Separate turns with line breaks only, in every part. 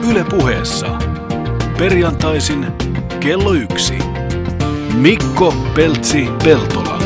Yle Puheessa. Perjantaisin kello 1. Mikko Peltsi-Peltola.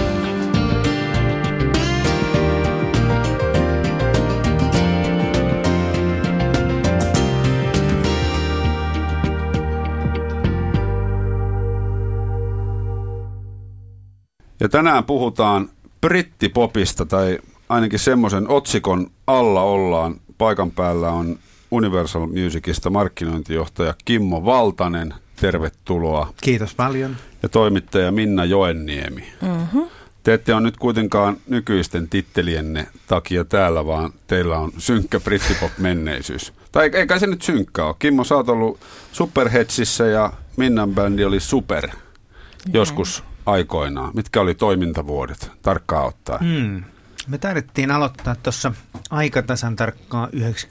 Ja tänään puhutaan brittipopista, tai ainakin semmoisen otsikon alla ollaan. Paikan päällä on Universal Musicista markkinointijohtaja Kimmo Valtanen. Tervetuloa.
Kiitos paljon. Ja
toimittaja Minna Joenniemi. Mm-hmm. Te ette ole nyt kuitenkaan nykyisten tittelienne takia täällä, vaan teillä on synkkä brittipop-menneisyys. Tai eikä se nyt synkkä ole. Kimmo, sä oot ollut Superheadsissä ja Minnan bändi oli Super joskus aikoinaan. Mitkä oli toimintavuodet tarkkaan ottaen?
Me taidettiin aloittaa tuossa aikatasan tarkkaan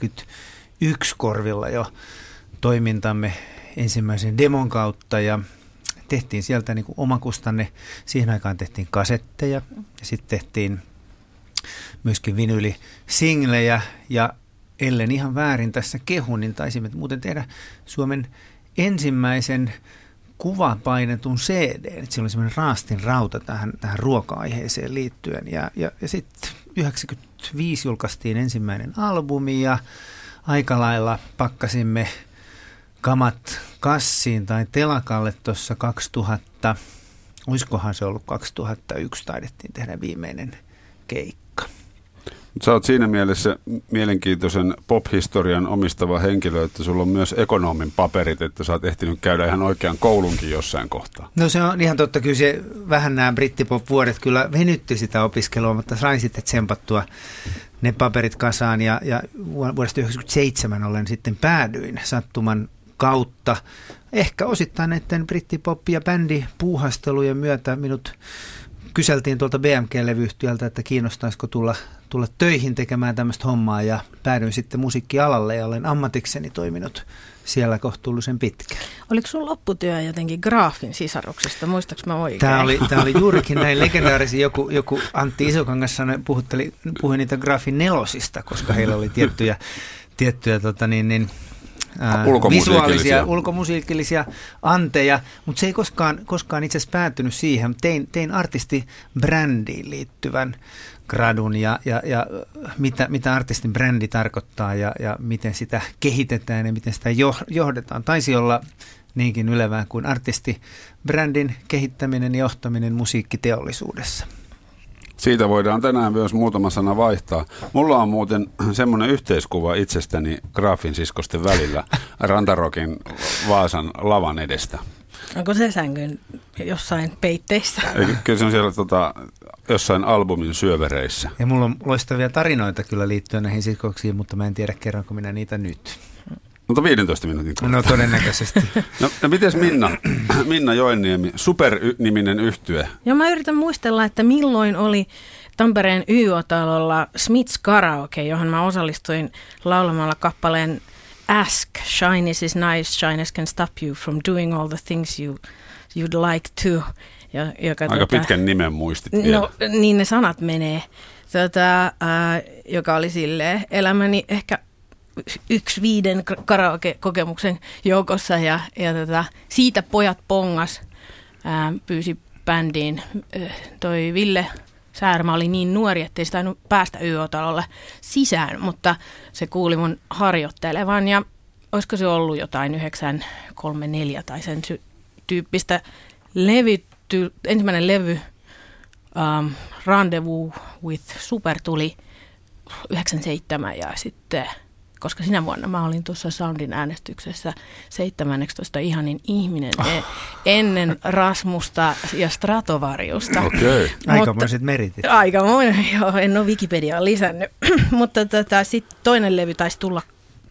91 korvilla jo toimintamme ensimmäisen demon kautta ja tehtiin sieltä niin kuin omakustanne. Siihen aikaan tehtiin kasetteja ja sitten tehtiin myöskin vinyylisinglejä ja ellen ihan väärin tässä kehun, niin taisimme muuten tehdä Suomen ensimmäisen kuvapainetun CD. Siinä oli semmoinen raastin rauta tähän ruoka-aiheeseen liittyen. Ja sitten 1995 julkaistiin ensimmäinen albumi ja aika lailla pakkasimme kamat kassiin tai telakalle tuossa 2000, olisikohan se ollut 2001, taidettiin tehdä viimeinen keikka.
Sä oot siinä mielessä mielenkiintoisen pop-historian omistava henkilö, että sulla on myös ekonomin paperit, että sä oot ehtinyt käydä ihan oikean koulunkin jossain kohtaa.
No se on ihan totta, kyllä se vähän nämä brittipop-vuodet kyllä venytti sitä opiskelua, mutta sain sitten tsempattua ne paperit kasaan ja vuodesta 1997 olen sitten päädyin sattuman kautta. Ehkä osittain näiden brittipop- ja bändipuuhastelujen myötä minut kyseltiin tuolta BMG-levyyhtiöltä, että kiinnostaisiko tulla töihin tekemään tämmöistä hommaa ja päädyin sitten musiikkialalle ja olen ammatikseni toiminut siellä kohtuullisen pitkään.
Oliko sun lopputyö jotenkin graafin sisaruksesta, muistaaks mä oikein?
Tämä oli juurikin näin legendaarisia, joku Antti Isokangas puhui niitä graafin nelosista, koska heillä oli tiettyjä visuaalisia, ulkomusiikillisia anteja, mutta se ei koskaan itse asiassa päätynyt siihen. Tein artistibrändiin liittyvän gradun ja mitä artistin brändi tarkoittaa ja miten sitä kehitetään ja miten sitä johdetaan. Taisi olla niinkin ylevää kuin artistibrändin kehittäminen ja johtaminen musiikkiteollisuudessa.
Siitä voidaan tänään myös muutama sana vaihtaa. Mulla on muuten semmoinen yhteiskuva itsestäni graafin siskosten välillä Rantarokin Vaasan lavan edestä.
Onko se sängyn jossain peitteissä?
Kyllä se on siellä jossain albumin syövereissä.
Ja mulla on loistavia tarinoita kyllä liittyen näihin siskoksiin, mutta mä en tiedä kerranko minä niitä nyt.
Mutta 15 minuutin kohta.
No todennäköisesti.
No mites Minna Joenniemi, Super-niminen yhtye?
Joo, mä yritän muistella, että milloin oli Tampereen YO-talolla Smiths Karaoke, johon mä osallistuin laulamalla kappaleen Ask, Shyness is nice, shyness can stop you from doing all the things you'd like to.
Aika pitkän nimen muistit vielä.
No niin ne sanat menee. Joka oli silleen elämäni ehkä 1/5 karaoke-kokemuksen joukossa ja siitä pojat pongas, pyysi bändiin. Toi Ville Säärmä oli niin nuori, ettei sitä tainnut päästä YO-talolle sisään, mutta se kuuli mun harjoittelevan ja olisiko se ollut jotain 934 tai sen tyyppistä ensimmäinen levy Rendezvous with Super tuli 97 ja sitten koska sinä vuonna mä olin tuossa Soundin äänestyksessä 17 ihanin ihminen ennen Rasmusta ja Stratovariusta.
Okei.
Aikamoiset meritit.
Aikamoinen, joo, en ole Wikipediaan lisännyt. Mutta sitten toinen levy taisi tulla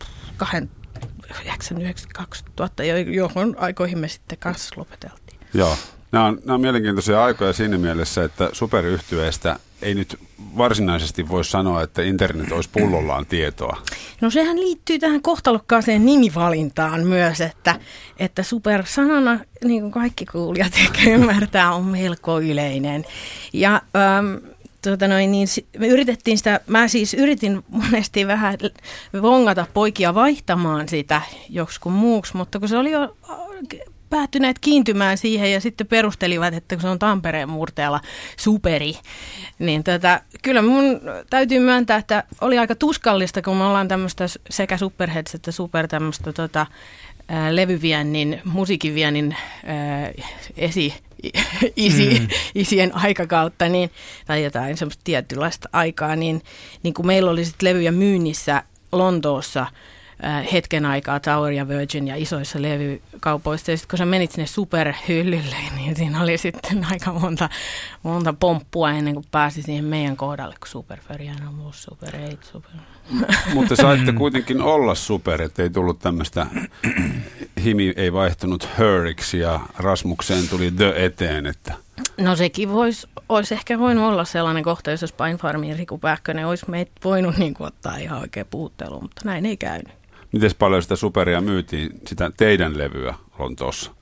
2000, johon aikoihin me sitten kanssa lopeteltiin.
Joo. Nämä on mielenkiintoisia aikoja siinä mielessä, että superyhtyeestä ei nyt varsinaisesti voi sanoa, että internet olisi pullollaan tietoa.
No sehän liittyy tähän kohtalokkaaseen nimivalintaan myös, että super-sanana, niin kuin kaikki kuulijat ehkä ymmärtää, on melko yleinen. Ja me yritettiin sitä, mä siis yritin monesti vähän vongata poikia vaihtamaan sitä joksikun muuksi, mutta kun se oli jo päättyneet kiintymään siihen ja sitten perustelivat, että kun se on Tampereen murteella superi, niin kyllä mun täytyy myöntää, että oli aika tuskallista, kun me ollaan tämmöistä sekä Superheads että super tämmöistä levyviennin, musiikinviennin isien aikakautta, tai jotain semmoista tietynlaista aikaa, niin kun meillä oli sitten levyjä myynnissä Lontoossa hetken aikaa Tower ja Virgin ja isoissa levykaupoissa, ja sitten kun sä menit sinne superhyllylle, niin siinä oli sitten aika monta pomppua ennen kuin pääsi siihen meidän kohdalle, kun Super Ferianomus, Super 8, Super...
Mutta saitte kuitenkin olla super, ettei tullut tämmöistä, himi ei vaihtunut Höriksi ja Rasmukseen tuli The eteen, että...
No sekin olisi ehkä voinut olla sellainen kohta, jos Spinefarmin Riku Pähkönen olisi meitä voinut ottaa ihan oikein puhutteluun, mutta näin ei käynyt.
Miten paljon sitä superia myytiin, sitä teidän levyä Lontoossa?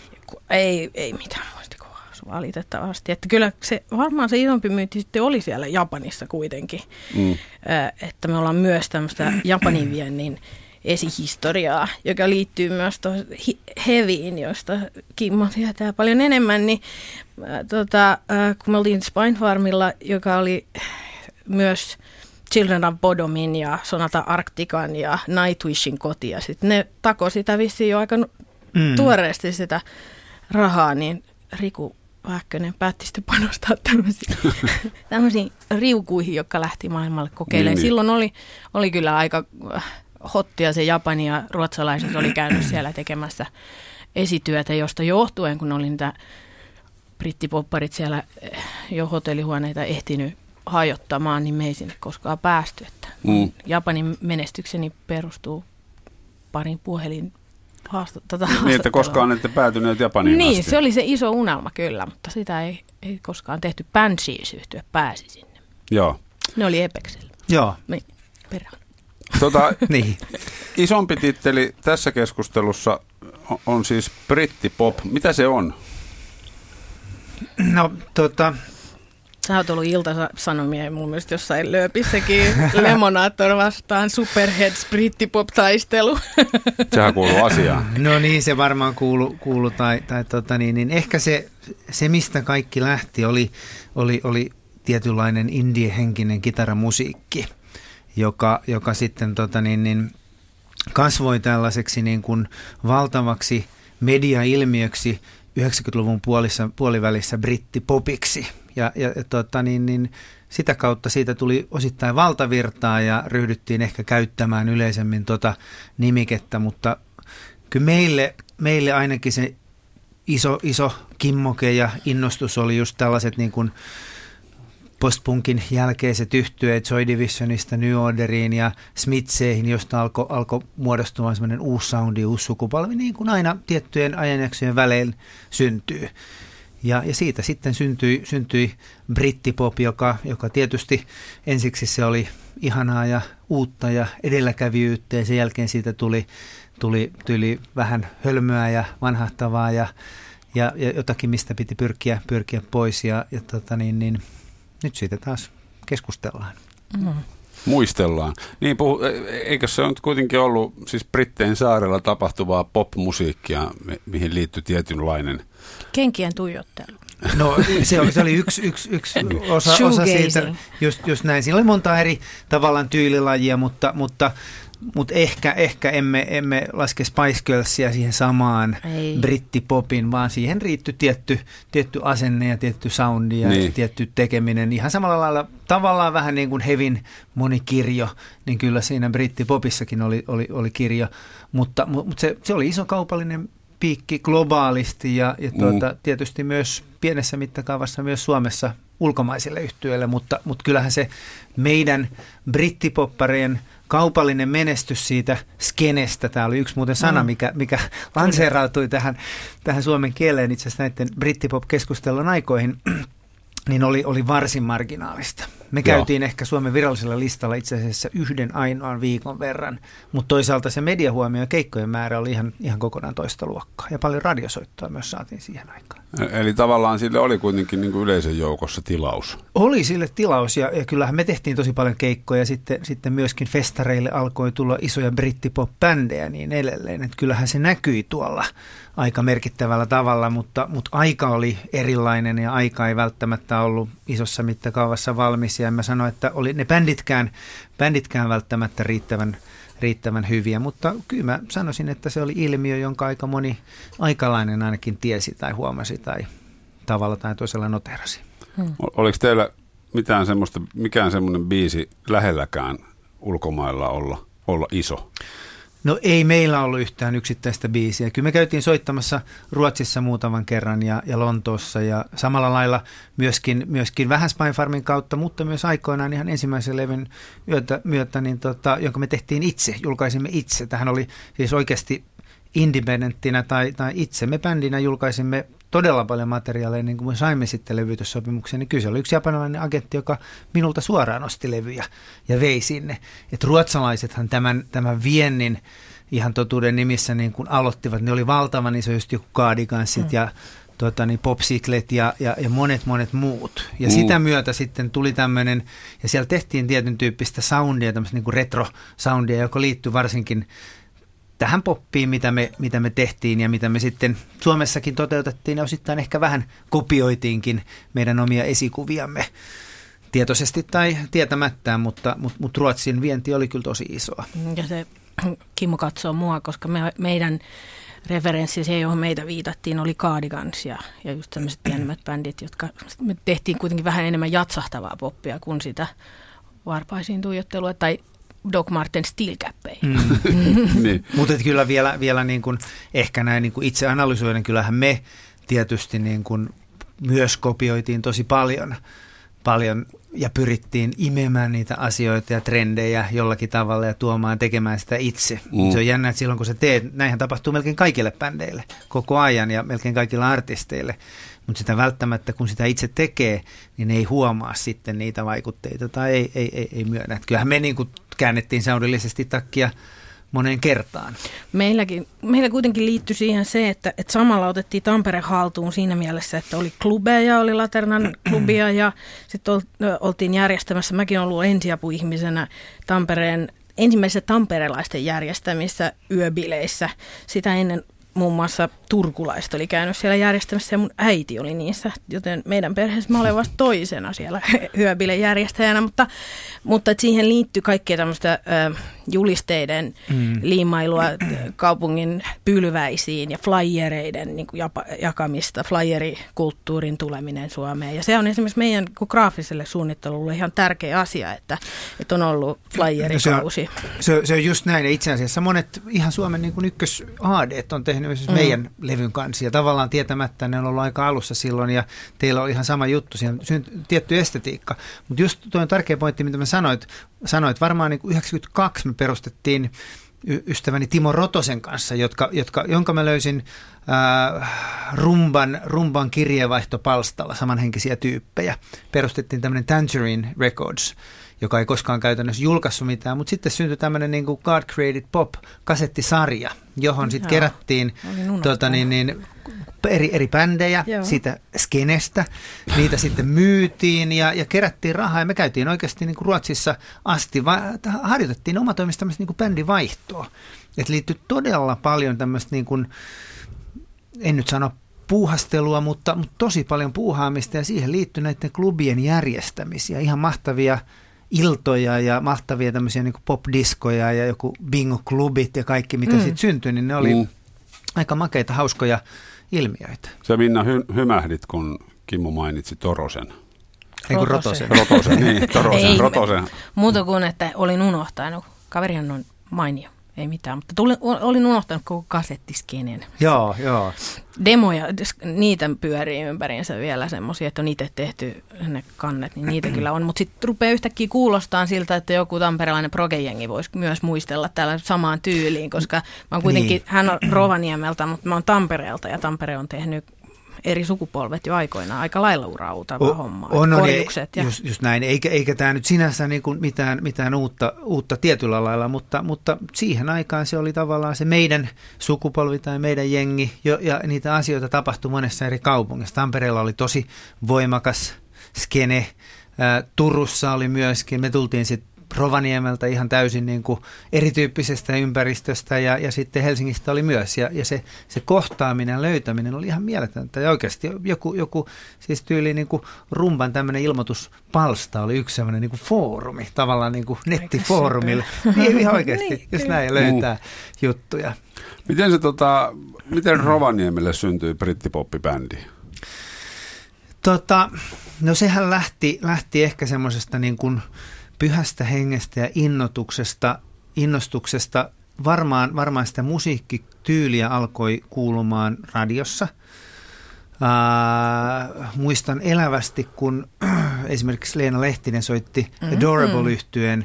Ei mitään muistikuvaa, valitettavasti. Että kyllä varmaan se isompi myynti sitten oli siellä Japanissa kuitenkin. Että me ollaan myös tämmöistä Japanin viennin esihistoriaa, joka liittyy myös tuohon heavyin, josta Kimmo tietää paljon enemmän. Niin, kun me oltiin Spinefarmilla, joka oli myös Children of Bodomin ja Sonata Arctican ja Nightwishin koti, ja sitten ne takoi sitä vissiin jo aika tuoreesti sitä rahaa, niin Riku Pähkönen päätti sitten panostaa tämmöisiin riukuihin, jotka lähti maailmalle kokeilemaan.
Niin.
Silloin oli kyllä aika hottia se Japani, ja ruotsalaiset oli käynyt siellä tekemässä esityötä, josta johtuen, kun oli niitä brittipopparit siellä jo hotellihuoneita ehtinyt hajottamaan, niin me ei sinne koskaan päästy. Että Japanin menestykseni perustuu parin puhelin haastattelua.
Niin, että koskaan ette päätyneet Japaniin
Niin,
asti.
se oli se iso unelma kyllä, mutta sitä ei koskaan tehty. Banshees-yhtye pääsi sinne.
Joo.
Ne oli Epeksellä.
Joo.
Niin, perään.
Niin.
Isompi titteli tässä keskustelussa on siis brittipop. Mitä se on?
No,
Sä oot ollut Ilta-Sanomia mun mielestä jossain lööpissäkin. Lemonator vastaan Superheads brittipop-taistelu.
Sehän kuuluu asiaan.
No niin, se varmaan kuulu niin ehkä se, mistä kaikki lähti, oli tietynlainen indie-henkinen kitaramusiikki, joka sitten kasvoi tällaiseksi niin kuin valtavaksi media-ilmiöksi 90-luvun puolivälissä brittipopiksi. Ja sitä kautta siitä tuli osittain valtavirtaa ja ryhdyttiin ehkä käyttämään yleisemmin nimikettä, mutta kyllä meille ainakin se iso kimmoke ja innostus oli just tällaiset niin kuin postpunkin jälkeiset yhtyeet Joy Divisionista New Orderiin ja Smithseihin, josta alkoi muodostumaan semmoinen uusi soundi, uusi sukupolvi, niin kuin aina tiettyjen ajanjaksojen välein syntyy. Ja siitä sitten syntyi brittipop, joka tietysti ensiksi se oli ihanaa ja uutta ja edelläkävijyyttä, ja sen jälkeen siitä tuli vähän hölmöä ja vanhahtavaa ja jotakin, mistä piti pyrkiä pois. Ja nyt siitä taas keskustellaan.
Muistellaan. Niin, eikö se on kuitenkin ollut siis Brittein saarella tapahtuvaa popmusiikkia, mihin liittyy tietynlainen...
Kenkien tuijottelu.
No se oli yksi osa siitä, just näin. Siinä oli monta eri tavallaan tyylilajia, mutta ehkä emme laske Spice Girlsia siihen samaan brittipopin, vaan siihen riittyi tietty asenne ja tietty soundi ja tietty tekeminen. Ihan samalla lailla tavallaan vähän niin kuin Hevin monikirjo, niin kyllä siinä brittipopissakin oli kirjo, mutta se oli iso kaupallinen piikki globaalisti ja tietysti myös pienessä mittakaavassa myös Suomessa ulkomaisille yhtyeille, mutta kyllähän se meidän brittipopparien kaupallinen menestys siitä skenestä, tämä oli yksi muuten sana, mikä lanseerautui tähän suomen kieleen itse asiassa näiden brittipop-keskustelun aikoihin, niin oli varsin marginaalista. Me käytiin ehkä Suomen virallisella listalla itse asiassa yhden ainoan viikon verran, mutta toisaalta se mediahuomio ja keikkojen määrä oli ihan kokonaan toista luokkaa. Ja paljon radiosoittoa myös saatiin siihen aikaan.
Eli tavallaan sille oli kuitenkin niin kuin yleisön joukossa tilaus.
Oli sille tilaus ja kyllähän me tehtiin tosi paljon keikkoja. Sitten myöskin festareille alkoi tulla isoja brittipop-bändejä niin edelleen. Että kyllähän se näkyi tuolla aika merkittävällä tavalla, mutta aika oli erilainen ja aika ei välttämättä ollut isossa mittakaavassa valmis. Ja en mä sano, että oli ne bänditkään välttämättä riittävän hyviä, mutta kyllä mä sanoisin, että se oli ilmiö, jonka aika moni aikalainen ainakin tiesi tai huomasi tai tavalla tai toisella noterasi.
Oliko teillä mikään semmoinen biisi lähelläkään ulkomailla olla iso?
No ei meillä ollut yhtään yksittäistä biisiä. Kyllä me käytiin soittamassa Ruotsissa muutaman kerran ja Lontoossa ja samalla lailla myöskin vähän Spinefarmin kautta, mutta myös aikoinaan ihan ensimmäisen levyn myötä niin jonka me tehtiin itse, julkaisimme itse. Tähän oli siis oikeasti independenttinä tai itse. Me bändinä julkaisimme todella paljon materiaaleja, niin kuin me saimme sitten levytyssopimuksen, niin kyllä se oli yksi japanilainen agentti, joka minulta suoraan osti levyjä ja vei sinne. Että ruotsalaisethan tämän viennin ihan totuuden nimissä niin kuin aloittivat, ne oli valtavan iso, just joku Cardigansit ja Popsiclet ja monet muut. Ja sitä myötä sitten tuli tämmöinen, ja siellä tehtiin tietyn tyyppistä soundia, tämmöistä niin kuin retro-soundia, joka liittyi varsinkin tähän poppiin, mitä me tehtiin ja mitä me sitten Suomessakin toteutettiin ja osittain ehkä vähän kopioitiinkin meidän omia esikuviamme tietoisesti tai tietämättään, mutta Ruotsin vienti oli kyllä tosi isoa.
Ja se Kimmo katsoo mua, koska meidän referenssi, se johon meitä viitattiin, oli Cardigans ja just tämmöiset pienemmät bändit, jotka me tehtiin kuitenkin vähän enemmän jatsahtavaa poppia kuin sitä varpaisiin tuijottelua tai Doc Marten Steelcappeja.
Niin.
Mutta kyllä vielä niin kuin, ehkä näin niin kuin itse analysoiden, kyllähän me tietysti niin kuin myös kopioitiin tosi paljon ja pyrittiin imemään niitä asioita ja trendejä jollakin tavalla ja tekemään sitä itse. Se on jännä, että silloin kun sä teet, näinhän tapahtuu melkein kaikille bändeille koko ajan ja melkein kaikille artisteille. Mutta sitä välttämättä, kun sitä itse tekee, niin ei huomaa sitten niitä vaikutteita tai ei myönnä. Et kyllähän me niin kuin käännettiin soundillisesti takkia moneen kertaan.
Meillä kuitenkin liittyi siihen se, että samalla otettiin Tampere haltuun siinä mielessä, että oli klubeja, oli Laternan klubia ja sitten oltiin järjestämässä. Mäkin olen ollut ensiapuihmisenä Tampereen ensimmäisessä tamperelaisten järjestämissä yöbileissä. Sitä ennen muun muassa turkulaista oli käynyt siellä järjestämässä ja mun äiti oli niissä, joten meidän perheessä mä olen vasta toisena siellä yöbilejärjestäjänä, mutta siihen liittyy kaikkea tämmöistä julisteiden liimailua kaupungin pylväisiin ja flyereiden niin kuin jakamista, flyerikulttuurin tuleminen Suomeen. Ja se on esimerkiksi meidän graafiselle suunnittelulle ihan tärkeä asia, että on ollut flyerikausi.
Se on just näin ja itse asiassa monet ihan Suomen niin kuin ykkös-AD:t on tehnyt siis meidän levyn kanssa ja tavallaan tietämättä ne on ollut aika alussa silloin ja teillä on ihan sama juttu, siinä on tietty estetiikka. Mutta just tuo on tärkeä pointti, mitä mä sanoit varmaan niin kuin 1992 me perustettiin ystäväni Timo Rotosen kanssa, jonka mä löysin rumban kirjeenvaihtopalstalla samanhenkisiä tyyppejä. Perustettiin tämmöinen Tangerine Records, joka ei koskaan käytännössä julkaissut mitään, mutta sitten syntyi tämmöinen niin kuin God Created Pop-kasettisarja, johon sitten kerättiin eri bändejä siitä skenestä, niitä sitten myytiin ja kerättiin rahaa ja me käytiin oikeasti niin kuin Ruotsissa asti, harjoitettiin omatoimista tämmöistä niin kuin bändivaihtoa. Että liittyi todella paljon tämmöistä, niin kuin, en nyt sano puuhastelua, mutta tosi paljon puuhaamista ja siihen liittyi näiden klubien järjestämisiä, ihan mahtavia iltoja ja mahtavia tämmöisiä niin kuin pop-diskoja ja joku bingo-klubit ja kaikki, mitä siitä syntyi, niin ne oli aika makeita, hauskoja ilmiöitä.
Sä Minna hymähdit, kun Kimmo mainitsi Torosen.
Rotosen.
Niin, Rotosen.
Muuta kuin, että olin unohtanut. Kaverihan on mainio. Ei mitään, mutta olin unohtanut koko kasettiskenen.
Joo.
Demoja, niitä pyörii ympäriinsä vielä semmoisia, että on itse tehty ne kannet, niin niitä kyllä on. Mutta sitten rupeaa yhtäkkiä kuulostaa siltä, että joku tamperelainen progejengi voisi myös muistella täällä samaan tyyliin, koska mä oon kuitenkin, hän on Rovaniemeltä, mutta mä oon Tampereelta ja Tampere on tehnyt eri sukupolvet jo aikoinaan aika lailla urautavaa hommaa.
Korjukset just näin, eikä tämä nyt sinänsä niin kuin mitään uutta tietyllä lailla, mutta siihen aikaan se oli tavallaan se meidän sukupolvi tai meidän jengi, ja niitä asioita tapahtui monessa eri kaupungissa. Tampereella oli tosi voimakas skene, Turussa oli myöskin, me tultiin sitten Rovaniemeltä ihan täysin niin kuin erityyppisestä ympäristöstä ja sitten Helsingistä oli myös. Ja se kohtaaminen ja löytäminen oli ihan mieletöntä. Ja oikeasti joku siis tyyli niin kuin rumban tämmöinen ilmoituspalsta oli yksi sellainen niin kuin foorumi, tavallaan niin kuin nettifoorumille. Niin ihan oikeasti, niin, jos näin löytää juttuja.
Miten Rovaniemelle syntyi brittipoppibändi?
No sehän lähti ehkä semmoisesta niin kuin pyhästä hengestä ja innostuksesta. Varmaan sitä musiikkityyliä alkoi kuulumaan radiossa. Muistan elävästi, kun esimerkiksi Leena Lehtinen soitti Adorable-yhtyeen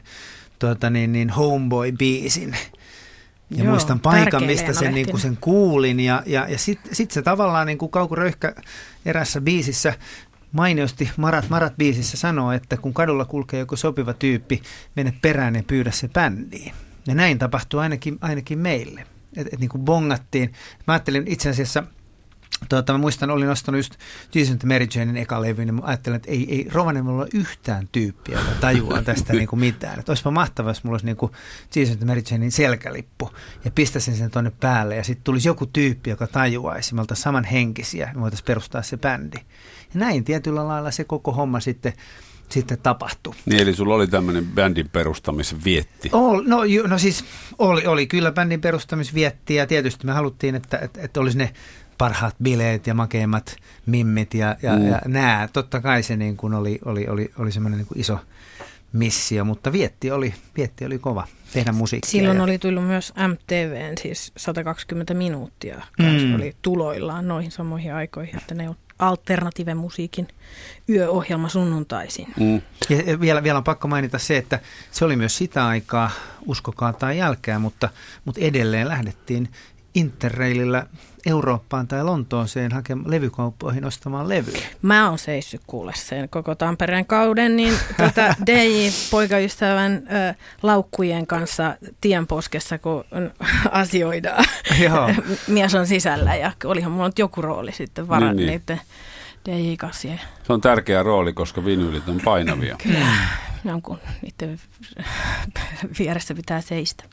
Homeboy-biisin. Ja muistan paikan, mistä sen kuulin. Ja sit se tavallaan niin kuin Kauko Röyhkä erässä biisissä mainiosti Marat biisissä sanoo, että kun kadulla kulkee joku sopiva tyyppi, mene perään ja pyydä se bändiin. Ja näin tapahtui ainakin meille. Et niin kuin bongattiin. Mä ajattelin itse asiassa, mä muistan, olin ostanut just Jesus and Mary Janein eka levy, niin mä ajattelin, että ei Rovaniemellä ole yhtään tyyppiä, joka tajuaa tästä niin kuin mitään. Että olisipa mahtavaa, jos mulla olisi niin kuin Jesus and Mary Janein selkälippu ja pistäisin sen tuonne päälle ja sitten tulisi joku tyyppi, joka tajuaisi. Me oltaisiin samanhenkisiä ja me voitaisiin perustaa se bändi. Ja näin tietyllä lailla se koko homma sitten tapahtui.
Niin, eli sulla oli tämmöinen bändin perustamisvietti.
No siis oli kyllä bändin perustamisvietti ja tietysti me haluttiin, että olisi ne parhaat bileet ja makeimmat mimmit ja nää. Totta kai se niin kuin oli semmoinen niin kuin iso missio, mutta vietti oli kova tehdä musiikkia.
Silloin oli tullut myös MTV:n, siis 120 minuuttia. Oli tuloillaan noihin samoihin aikoihin, että ne on alternatiiven musiikin yöohjelma sunnuntaisin.
Ja vielä on pakko mainita se, että se oli myös sitä aikaa, uskokaa tai jälkeen, mutta edelleen lähdettiin Interrailillä Eurooppaan tai Lontooseen levykauppoihin ostamaan levyä.
Mä oon seissyt kuule sen koko Tampereen kauden, niin DJ-poikaystävän laukkujen kanssa tienposkessa, kun asioidaan. Mies on sisällä ja olihan mulla nyt joku rooli sitten varat niiden DJ-kassien.
Se on tärkeä rooli, koska vinyylit on painavia.
Kyllä, jonkun niiden vieressä pitää seistä.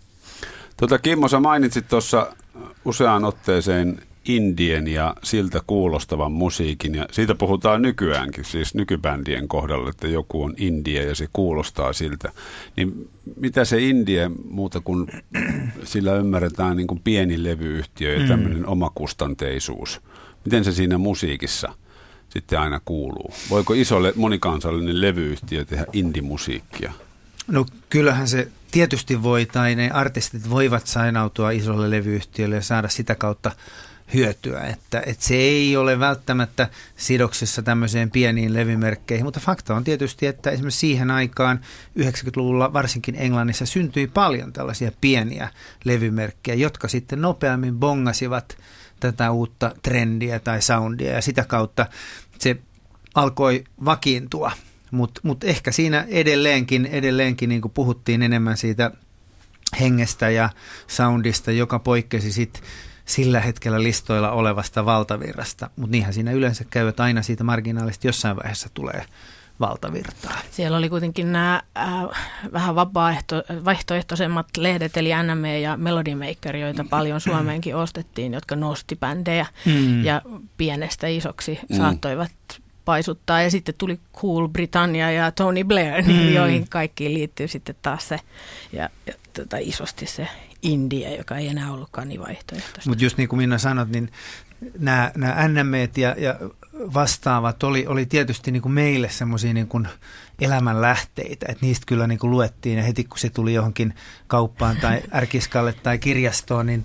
Kimmo, sä mainitsit tuossa useaan otteeseen indien ja siltä kuulostavan musiikin, ja siitä puhutaan nykyäänkin, siis nykybändien kohdalla, että joku on indie ja se kuulostaa siltä. Niin mitä se indie muuta kuin sillä ymmärretään niin kuin pieni levyyhtiö ja tämmöinen omakustanteisuus? Miten se siinä musiikissa sitten aina kuuluu? Voiko iso monikansallinen levyyhtiö tehdä indimusiikkia?
No kyllähän se tietysti voi, tai ne artistit voivat sainautua isolle levyyhtiölle ja saada sitä kautta hyötyä, että se ei ole välttämättä sidoksissa tämmöiseen pieniin levymerkkeihin, mutta fakta on tietysti, että esimerkiksi siihen aikaan 90-luvulla varsinkin Englannissa syntyi paljon tällaisia pieniä levymerkkejä, jotka sitten nopeammin bongasivat tätä uutta trendiä tai soundia ja sitä kautta se alkoi vakiintua. Mutta ehkä siinä edelleenkin niin kuin puhuttiin enemmän siitä hengestä ja soundista, joka poikkesi sit sillä hetkellä listoilla olevasta valtavirrasta. Mutta niinhän siinä yleensä käy, että aina siitä marginaalista jossain vaiheessa tulee valtavirtaa.
Siellä oli kuitenkin nämä vähän vaihtoehtoisemmat lehdet, eli NME ja Melody Maker, joita paljon Suomeenkin ostettiin, jotka nosti bändejä ja pienestä isoksi saattoivat paisuttaa. Ja sitten tuli Cool Britannia ja Tony Blair, joihin kaikkiin liittyy sitten taas se ja isosti se indie, joka ei enää ollutkaan niin vaihtoehtoista.
Mutta just niin kuin Minna sanot, niin nämä NMEt ja vastaavat oli tietysti niin kuin meille semmoisia niin kuin elämänlähteitä, että niistä kyllä niin kuin luettiin ja heti kun se tuli johonkin kauppaan tai ärkiskalle tai kirjastoon, niin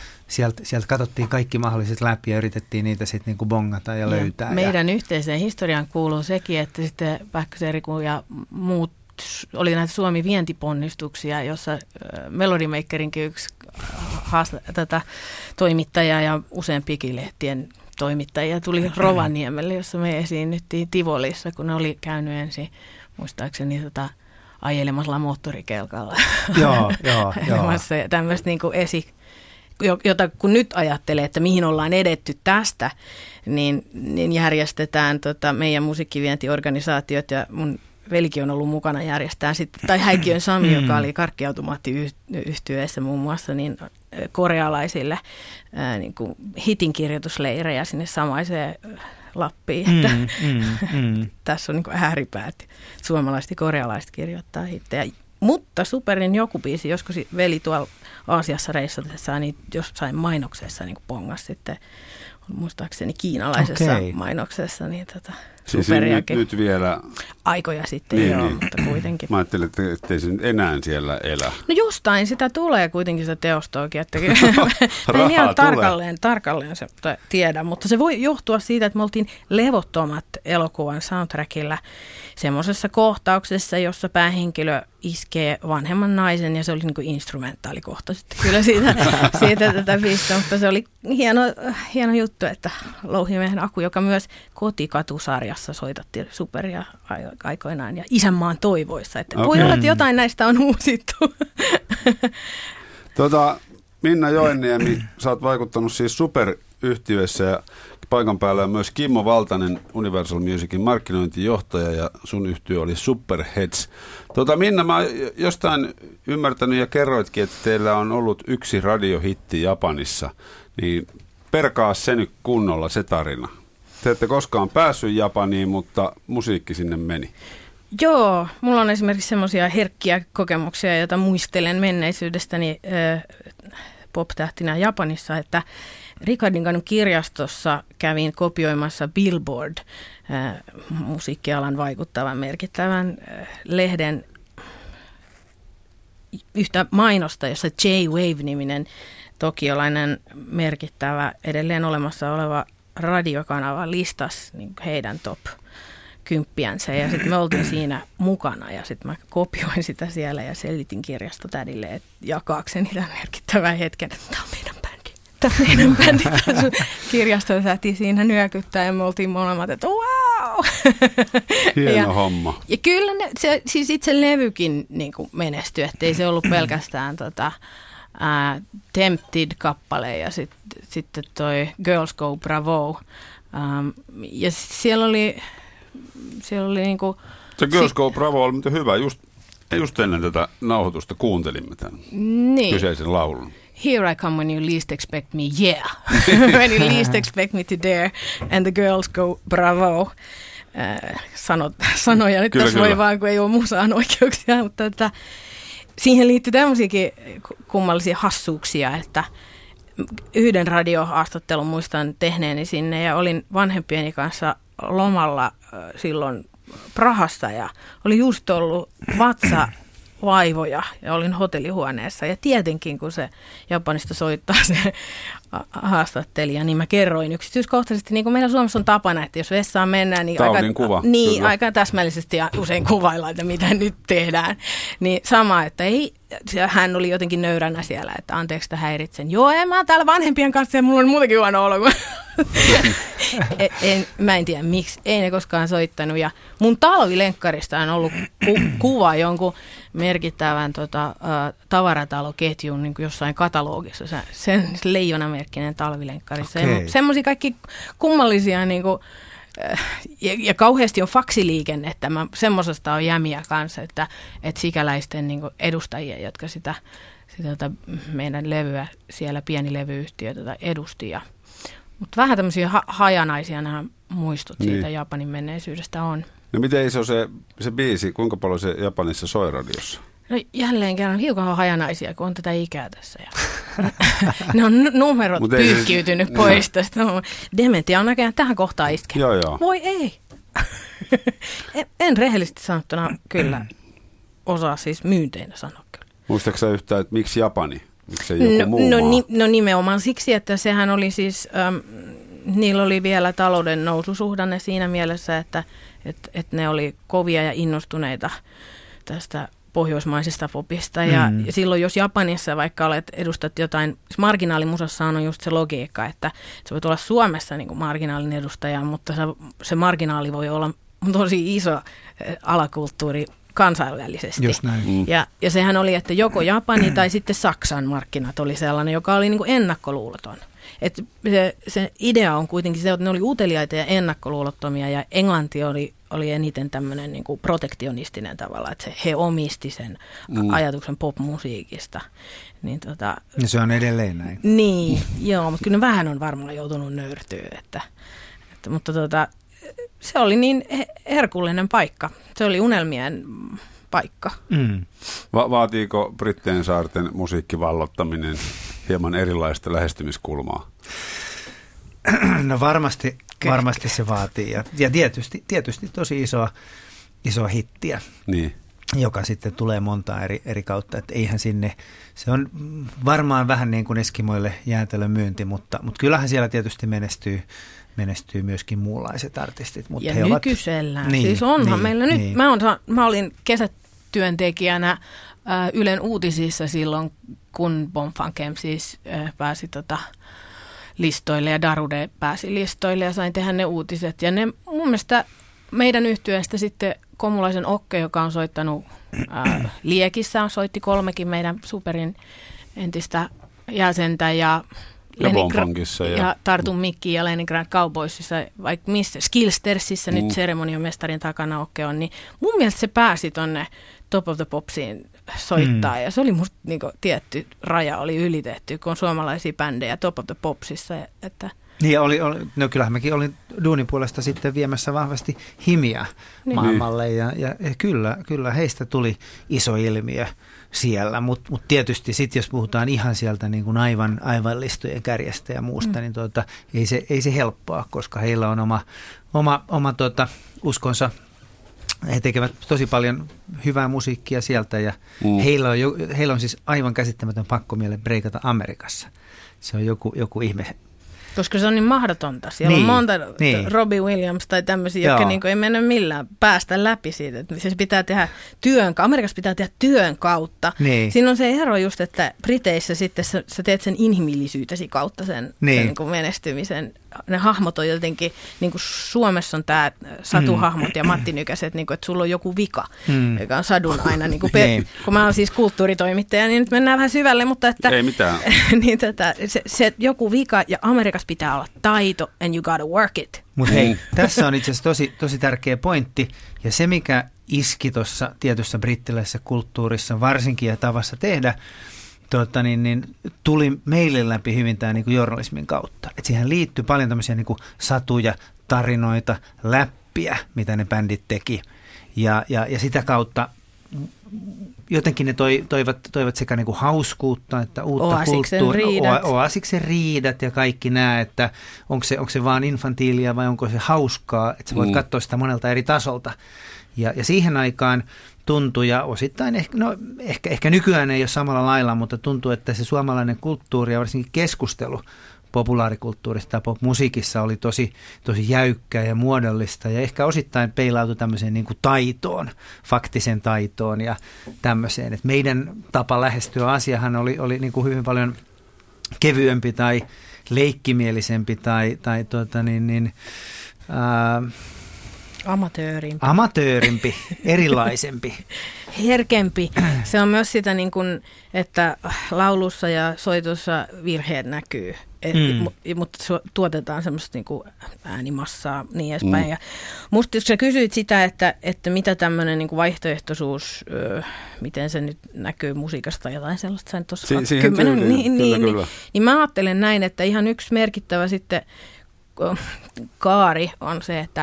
sieltä katsottiin kaikki mahdolliset läpi ja yritettiin niitä sitten niin kuin bongata ja löytää.
Meidän yhteiseen historiaan kuuluu sekin, että sitten Pähkösen ja muut oli näitä Suomi-vientiponnistuksia, jossa Melody Makerinkin yksi toimittaja ja useampikin lehtien toimittajia tuli Rovaniemelle, jossa me esiinnyttiin Tivolissa, kun ne oli käynyt ensin, muistaakseni ajelemassa moottorikelkalla.
Joo.
Ja tämmöistä niin kuin jota kun nyt ajattelee, että mihin ollaan edetty tästä, niin järjestetään meidän musiikkivientiorganisaatiot ja mun velikin on ollut mukana järjestään sitten, tai Häikiön Sami, joka oli karkkiautomaattiyhtyeessä muun muassa, niin korealaisille niin kuin hitinkirjoitusleirejä sinne samaiseen Lappiin, että tässä on niin kuin ääripäät, suomalaiset ja korealaiset kirjoittaa hittejä. Mutta Superin joku biisi, joskus veli tuolla Aasiassa reissatessaan, niin jossain mainoksessa niin pongas sitten, muistaakseni kiinalaisessa mainoksessa, niin
siis
Superiakin.
Nyt vielä
aikoja sitten, niin. Mutta kuitenkin.
Mä ajattelin, että ei se nyt enää siellä elä.
No jostain sitä tulee kuitenkin sitä teostoakin, että mä en ihan tarkalleen se tiedä, mutta se voi johtua siitä, että me oltiin levottomat elokuvan soundtrackilla semmoisessa kohtauksessa, jossa päähenkilö iskee vanhemman naisen ja se oli niin kuin instrumentaalikohta sitten kyllä siitä tätä biistä, mutta se oli hieno juttu, että Louhimiehen Aku, joka myös Kotikatu-sarjassa soitatti Superia aikoinaan ja Isänmaan toivoissa, että voi olla, että jotain näistä on uusittu.
Minna Joenniemi, sä oot vaikuttanut siis Super-yhtiössä ja paikan päällä on myös Kimmo Valtanen, Universal Musicin markkinointijohtaja ja sun yhtiö oli Superheads. Minna, mä oon jostain ymmärtänyt ja kerroitkin, että teillä on ollut yksi radiohitti Japanissa, niin perkaa se nyt kunnolla se tarina. Te ette koskaan päässyt Japaniin, mutta musiikki sinne meni.
Joo, mulla on esimerkiksi semmoisia herkkiä kokemuksia, joita muistelen menneisyydestäni pop-tähtinä Japanissa, että Ricardin kirjastossa kävin kopioimassa Billboard, musiikkialan vaikuttavan merkittävän lehden yhtä mainosta, jossa J-Wave-niminen tokiolainen merkittävä edelleen olemassa oleva radiokanava listasi niin heidän top 10 ja sitten me oltiin siinä mukana ja sitten mä kopioin sitä siellä ja selitin kirjastotädille, että jakaakseni tämän merkittävän hetken, että tämä on meidän bändi. Tämä on meidän bändi. Kirjastotäti siinä nyökyttää ja me oltiin molemmat, että wow!
Hieno homma.
Ja kyllä siis itse levykin niin kuin menestyi, ettei se ollut pelkästään Tempted-kappale ja sitten toi Girls Go Bravo. Ja siellä oli niinku...
Se Girls Go Bravo oli mitä hyvä. Just ennen tätä nauhoitusta kuuntelimme tämän kyseisen laulun.
Here I come when you least expect me, yeah. When you least expect me to dare. And the girls go bravo. Sanoja nyt tässä voi vaan, kun ei ole musaan oikeuksia. Mutta siihen liittyy tämmöisiäkin kummallisia hassuuksia, että yhden radiohaastattelun muistan tehneeni sinne ja olin vanhempieni kanssa lomalla silloin Prahassa ja oli just ollut vatsavaivoja ja olin hotellihuoneessa ja tietenkin kun se Japanista soittaa se haastattelija, niin mä kerroin yksityiskohtaisesti, niin kuin meillä Suomessa on tapana, että jos vessaan mennään, niin aika täsmällisesti ja usein kuvaillaan, että mitä nyt tehdään. Niin sama, että hän oli jotenkin nöyränä siellä, että anteeksi, että häiritsen. Joo, en mä täällä vanhempien kanssa ja mulla on muutenkin huono olo. Mä en tiedä miksi, ei ne koskaan soittanut. Ja mun talvilenkkarista on ollut kuva jonkun merkittävän tavarataloketjun niin kuin jossain katalogissa. Sen leijonamerkkinen talvilenkkarissa. Okay. Semmoisia kaikki kummallisia niin kuin, ja kauheasti on faksiliikennettä. Semmoisesta on jämiä kanssa, että sikäläisten niin kuin edustajia, jotka sitä meidän levyä siellä pieni levyyhtiö edusti. Mutta vähän tämmöisiä hajanaisia nämä muistot siitä Japanin menneisyydestä on. No
miten iso se biisi, kuinka paljon se Japanissa soi radiossa?
No jälleen kerran hiukan hajanaisia, kun on tätä ikää tässä. Ne on numerot pyyhkiytynyt pois tästä. Dementia on näköjään tähän kohtaan iskeä.
Joo.
Voi ei. En rehellisesti sanottuna kyllä osaa siis myynteinä sanoa kyllä.
Muistatko sä yhtään, että miksi Japani? Miksi joku muu maa?
No nimenomaan siksi, että sehän oli siis, niillä oli vielä talouden noususuhdanne siinä mielessä, että ne oli kovia ja innostuneita tästä pohjoismaisesta popista. Ja silloin, jos Japanissa vaikka edustat jotain, marginaalimusassa on just se logiikka, että sä voit olla Suomessa niin kuin marginaalin edustaja, mutta se marginaali voi olla tosi iso alakulttuuri kansainvälisesti.
Just näin.
Ja sehän oli, että joko Japani tai sitten Saksan markkinat oli sellainen, joka oli niin kuin ennakkoluuloton. Et se idea on kuitenkin se, että ne oli uteliaita ja ennakkoluulottomia, ja Englanti oli eniten tämmöinen niin kuin protektionistinen tavalla, että he omisti sen ajatuksen popmusiikista. Niin
ja se on edelleen näin.
Niin, joo, mutta kyllä ne vähän on varmaan joutunut nöyrtyä, mutta se oli niin herkullinen paikka. Se oli unelmien paikka.
Vaatiiko Brittein saarten musiikkivallottaminen hieman erilaista lähestymiskulmaa?
No varmasti se vaatii. Ja tietysti tosi isoa hittiä,
niin,
joka sitten tulee montaa eri kautta. Että eihän sinne, se on varmaan vähän niin kuin Eskimoille jäätelön myynti, mutta kyllähän siellä tietysti menestyy myöskin muunlaiset artistit. Mutta
ja nykyisellään. Siis onhan meillä nyt, mä olin kesätyöntekijänä Ylen uutisissa silloin, kun Bonfunk siis pääsi listoille ja Darude pääsi listoille ja sain tehdä ne uutiset. Ja ne mun mielestä meidän yhtyeestä sitten Komulaisen Okke, joka on soittanut Liekissä, soitti 3 meidän Superin entistä jäsentä ja
Bonfunkissa
ja Tartun Mikki ja Leningrad Cowboysissa, vaikka missä, Skillstersissä nyt seremoniamestarin takana Okke on, niin mun mielestä se pääsi tonne Top of the Popsiin soittaa, ja se oli musta niinku tietty raja oli ylitetty, kun on suomalaisia bändejä Top of the Popsissa, että
niin, no kyllähän mäkin olin duunin puolesta sitten viemässä vahvasti himiä maailmalle, ja kyllä heistä tuli iso ilmiö siellä, mutta tietysti sitten jos puhutaan ihan sieltä niin kuin aivan listojen kärjestä ja muusta, niin ei se helppoa, koska heillä on oma uskonsa. He tekevät tosi paljon hyvää musiikkia sieltä, ja heillä on siis aivan käsittämätön pakkomielle breikata Amerikassa. Se on joku ihme.
Koska se on niin mahdotonta. Siellä on monta Robbie Williams tai tämmöisiä, jotka niin ei mennä millään päästä läpi siitä. Että se pitää tehdä Amerikassa pitää tehdä työn kautta. Niin. Siinä on se ero just, että Briteissä sitten sä teet sen inhimillisyytesi kautta sen niin kuin menestymisen. Ne hahmot on jotenkin, niin kuin Suomessa on tämä Satu-hahmot ja Matti Nykäset, niin kuin, että sulla on joku vika, joka on Sadun aina. Niin kuin kun mä oon siis kulttuuritoimittaja, niin nyt mennään vähän syvälle, mutta että
ei mitään.
niin se joku vika, ja Amerikassa pitää olla taito, and you gotta work it.
Mutta hei, tässä on itse asiassa tosi tärkeä pointti, ja se mikä iski tuossa tietyssä brittiläisessä kulttuurissa varsinkin ja tavassa tehdä, tuli meille läpi hyvin tämä niin kuin journalismin kautta. Et siihen liittyy paljon tämmöisiä niin kuin satuja, tarinoita, läppiä, mitä ne bändit teki. Ja sitä kautta jotenkin ne toivat sekä niin kuin hauskuutta että uutta kulttuuria. Oasiksen riidat ja kaikki nämä, että onko se vaan infantiilia vai onko se hauskaa, että sä voit katsoa sitä monelta eri tasolta. Ja siihen aikaan tuntui, ja osittain ehkä nykyään ei ole samalla lailla, mutta tuntuu, että se suomalainen kulttuuri ja varsinkin keskustelu populaarikulttuurista ja popmusiikissa oli tosi jäykkää ja muodollista, ja ehkä osittain peilautui tämmöiseen niin kuin taitoon, faktisen taitoon ja tämmöiseen. Et meidän tapa lähestyä asiahan oli niin kuin hyvin paljon kevyempi tai leikkimielisempi tai amatöörimpi, erilaisempi.
Herkempi. Se on myös sitä, niin kuin, että laulussa ja soitossa virheet näkyy, mutta tuotetaan semmoista niin kuin äänimassaa niin edespäin. Ja musta jos sä kysyit sitä, että mitä tämmöinen niin kuin vaihtoehtoisuus, miten se nyt näkyy musiikasta, jotain sellaista, sä tuossa 10, niin mä ajattelen näin, että ihan yksi merkittävä sitten kaari on se, että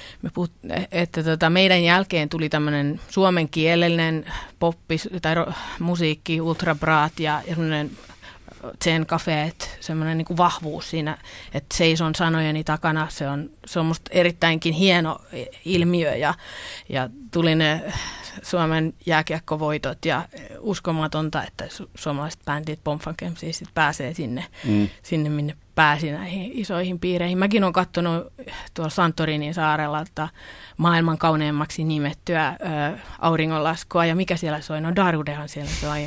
meidän jälkeen tuli tämmöinen suomenkielinen poppi tai musiikki, ultrabraat ja semmoinen Zen Cafe, semmoinen niin kuin vahvuus siinä, että seison sanojeni takana. Se on musta erittäinkin hieno ilmiö, ja tuli ne Suomen jääkiekkovoitot ja uskomatonta, että suomalaiset bändit, Bonfunk siis pääsee sinne minne pääsi näihin isoihin piireihin. Mäkin olen katsonut tuolla Santorinin saarella että maailman kauneimmaksi nimettyä auringonlaskua, ja mikä siellä soi? No Darudehan siellä soi.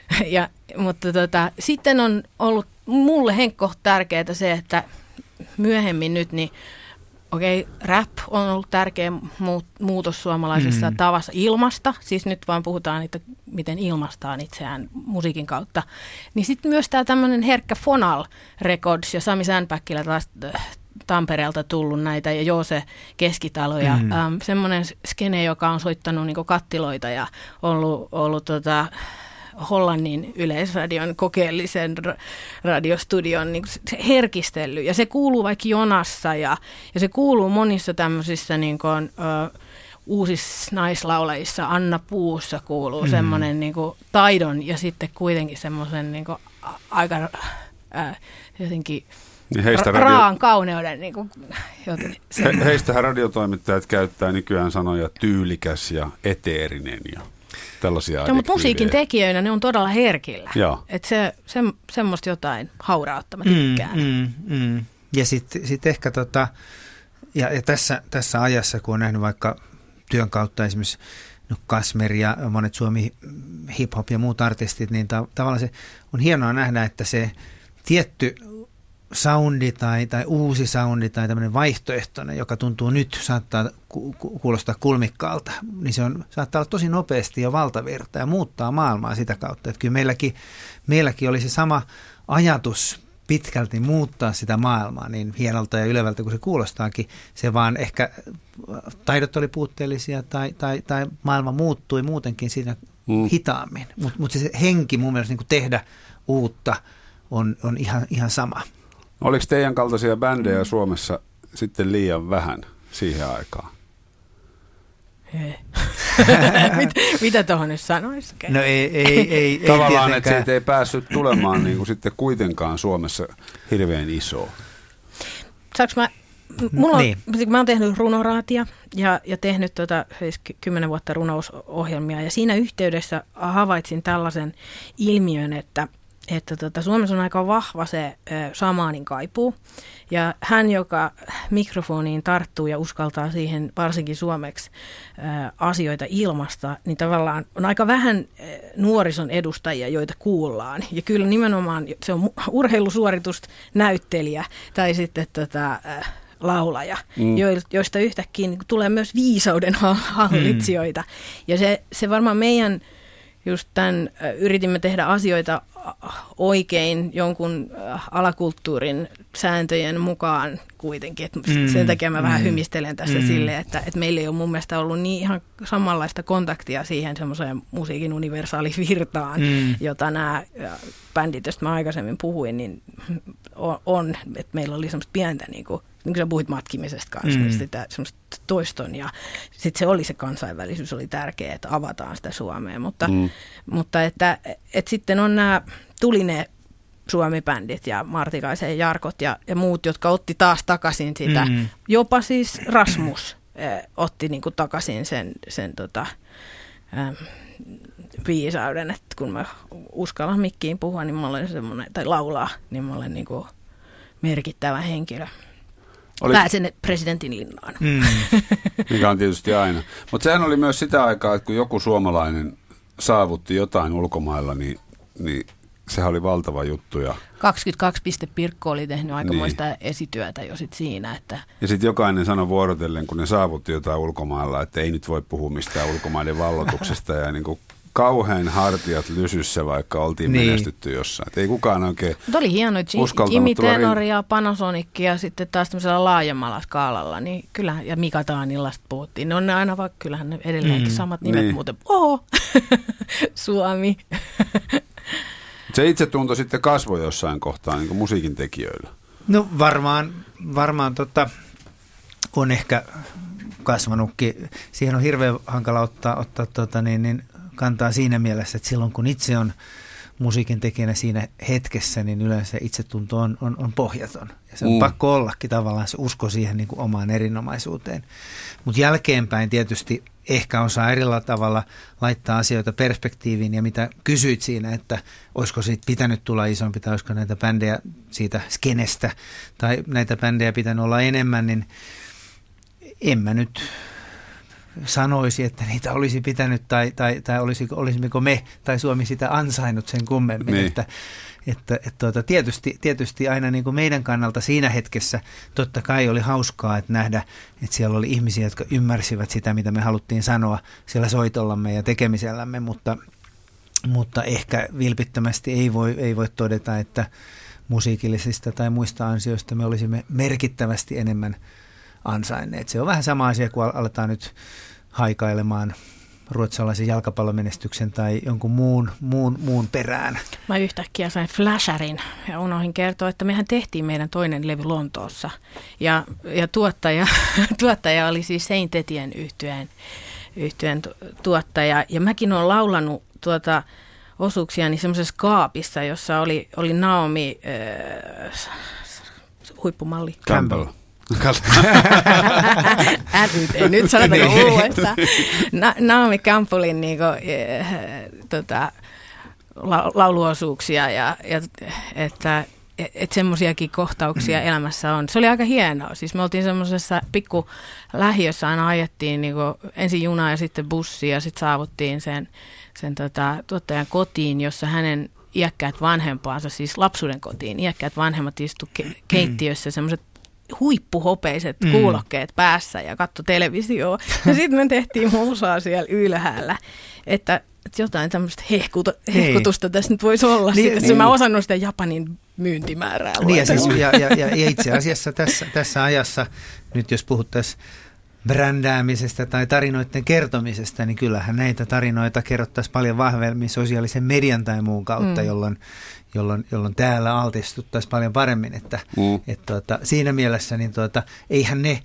Mutta sitten on ollut mulle Henkko tärkeää se, että myöhemmin nyt, niin okei, rap on ollut tärkeä muutos suomalaisessa tavassa ilmasta. Siis nyt vaan puhutaan, että miten ilmastaan itseään musiikin kautta. Niin sitten myös tämä tämmöinen herkkä Fonal Records ja Sami Sandbäckillä taas Tampereelta tullut näitä ja Joose Keskitalo ja semmoinen skene, joka on soittanut niinku kattiloita ja ollut Hollannin yleisradion kokeellisen radiostudion niin herkistellyt. Ja se kuuluu vaikka Jonassa ja se kuuluu monissa tämmöisissä niin kuin, uusissa naislaulajissa. Anna Puussa kuuluu semmoinen niin kuin taidon ja sitten kuitenkin semmoisen niin kuin aika jotenkin raan kauneuden. Niin kuin,
heistähän radiotoimittajat käyttää nykyään sanoja tyylikäs ja eteerinen ja tällaisia adjektiiveja. Mutta
musiikin tekijöinä ne on todella herkillä. Että semmoista jotain haurautta mä tykkään.
Ja sitten ehkä ja tässä ajassa, kun on nähnyt vaikka työn kautta esimerkiksi Kasmer ja monet Suomi hip-hop ja muut artistit, niin tavallaan se on hienoa nähdä, että se tietty soundi tai uusi soundi tai tämmöinen vaihtoehtoinen, joka tuntuu nyt saattaa kuulostaa kulmikkaalta, niin se saattaa olla tosi nopeasti jo valtavirta ja muuttaa maailmaa sitä kautta. Että kyllä meilläkin oli se sama ajatus pitkälti muuttaa sitä maailmaa niin hienolta ja ylevältä kuin se kuulostaakin. Se vaan ehkä taidot oli puutteellisia tai maailma muuttui muutenkin siinä hitaammin. Mutta se henki mun mielestä niin kuin tehdä uutta on ihan sama.
Oliko teidän kaltaisia bändejä Suomessa sitten liian vähän siihen aikaan?
Mitä tuohon nyt sanoisikin?
No ei
tavallaan, että siitä ei päässyt tulemaan niin kuin sitten kuitenkaan Suomessa hirveän isoa.
Saanko mä oon tehnyt runoraatia ja tehnyt siis 10 vuotta runousohjelmia, ja siinä yhteydessä havaitsin tällaisen ilmiön, että Suomessa on aika vahva se samaanin kaipuu, ja hän, joka mikrofoniin tarttuu ja uskaltaa siihen varsinkin suomeksi asioita ilmasta, niin tavallaan on aika vähän nuorison edustajia, joita kuullaan. Ja kyllä nimenomaan se on urheilusuoritusta näyttelijä tai sitten laulaja, joista yhtäkkiä niin tulee myös viisauden hallitsijoita. Ja se varmaan meidän just tämän yritimme tehdä asioita oikein jonkun alakulttuurin sääntöjen mukaan kuitenkin. Et sen takia mä vähän hymistelen tässä silleen, että meillä ei ole mun mielestä ollut niin ihan samanlaista kontaktia siihen semmoiseen musiikin universaalivirtaan, jota nämä bändit, joista mä aikaisemmin puhuin, niin on. Että meillä oli semmoista pientä, niin kuin sä puhuit matkimisesta kanssa, niin sitä semmoista toiston, ja sitten se oli se kansainvälisyys, oli tärkeää, että avataan sitä Suomea, mutta että sitten on tuli ne Suomi-bändit ja Martikaisen ja Jarkot ja muut, jotka otti taas takaisin sitä, jopa siis Rasmus otti niinku takaisin sen viisauden, että kun mä uskallan mikkiin puhua, niin mä olen semmoinen, tai laulaa, niin mä olen niinku merkittävä henkilö. Pääsen presidentin linnaan.
Mikä on tietysti aina. Mutta sehän oli myös sitä aikaa, että kun joku suomalainen saavutti jotain ulkomailla, niin sehän oli valtava juttu.
22 Pirkko oli tehnyt aikamoista esityötä jo sit siinä. Että
ja sitten jokainen sanoi vuorotellen, kun ne saavutti jotain ulkomailla, että ei nyt voi puhua mistään ulkomaiden vallotuksesta ja niin kuin kauhean hartiat lysyssä, vaikka oltiin menestytty jossain. Et ei kukaan oikein
oli hieno Jimmy Tenor ja Panasonic ja sitten taas tämmöisellä laajemmalla skaalalla. Niin kyllä, ja Mika Taanilasta puhuttiin. Ne on ne aina, vaikka kyllähän ne edelleenkin samat nimet muuten. Oho, Suomi.
Se itsetunto sitten kasvoi jossain kohtaa niin kuin musiikin tekijöillä.
No varmaan on ehkä kasvanutkin. Siihen on hirveän hankala ottaa kantaa siinä mielessä, että silloin kun itse on musiikin tekijänä siinä hetkessä, niin yleensä itsetunto on pohjaton. Ja se on pakko ollakin tavallaan se usko siihen niin kuin omaan erinomaisuuteen. Mutta jälkeenpäin tietysti ehkä osaa erillä tavalla laittaa asioita perspektiiviin, ja mitä kysyit siinä, että olisiko siitä pitänyt tulla isompi, tai olisiko näitä bändejä siitä skenestä, tai näitä bändejä pitänyt olla enemmän, niin en mä nyt sanoisi, että niitä olisi pitänyt, tai olisimmeko me tai Suomi sitä ansainnut sen kummemmin,
niin.
Että tietysti aina niin kuin meidän kannalta siinä hetkessä totta kai oli hauskaa, että nähdä, että siellä oli ihmisiä, jotka ymmärsivät sitä, mitä me haluttiin sanoa siellä soitollamme ja tekemisellämme, mutta ehkä vilpittömästi ei voi todeta, että musiikillisista tai muista ansioista me olisimme merkittävästi enemmän ansainneet. Se on vähän sama asia, kun aletaan nyt haikailemaan ruotsalaisen jalkapallomenestyksen tai jonkun muun perään.
Mä yhtäkkiä sain flasharin ja unohdin kertoa, että mehän tehtiin meidän toinen levy Lontoossa. Ja tuottaja oli siis Saint Etienne yhtyeen tuottaja. Ja mäkin olen laulanut osuuksiani semmoisessa kaapissa, jossa oli Naomi, huippumalli.
Campbell.
Ei nyt sanotako uudestaan. Naomi Campbellin lauluosuuksia ja että semmoisiakin kohtauksia elämässä on. Se oli aika hienoa. Siis me oltiin semmoisessa pikku lähiössä, aina ajettiin ensin junaa ja sitten bussia ja sitten saavuttiin sen tuottajan kotiin, jossa hänen iäkkäät vanhempaansa, siis lapsuuden kotiin, iäkkäät vanhemmat istu keittiössä semmoiset huippuhopeiset kuulokkeet päässä ja katso televisioon. Ja sitten me tehtiin musaa siellä ylhäällä, että jotain tämmöistä hehkutusta tässä nyt voisi olla. Sitten mä osannut sitä Japanin myyntimäärää.
Niin ja itse asiassa tässä ajassa, nyt jos puhuttaisiin brändäämisestä tai tarinoiden kertomisesta, niin kyllähän näitä tarinoita kerrottaisiin paljon vahvemmin sosiaalisen median tai muun kautta, jolloin täällä altistuttaisiin paljon paremmin. Että siinä mielessä niin eihän ne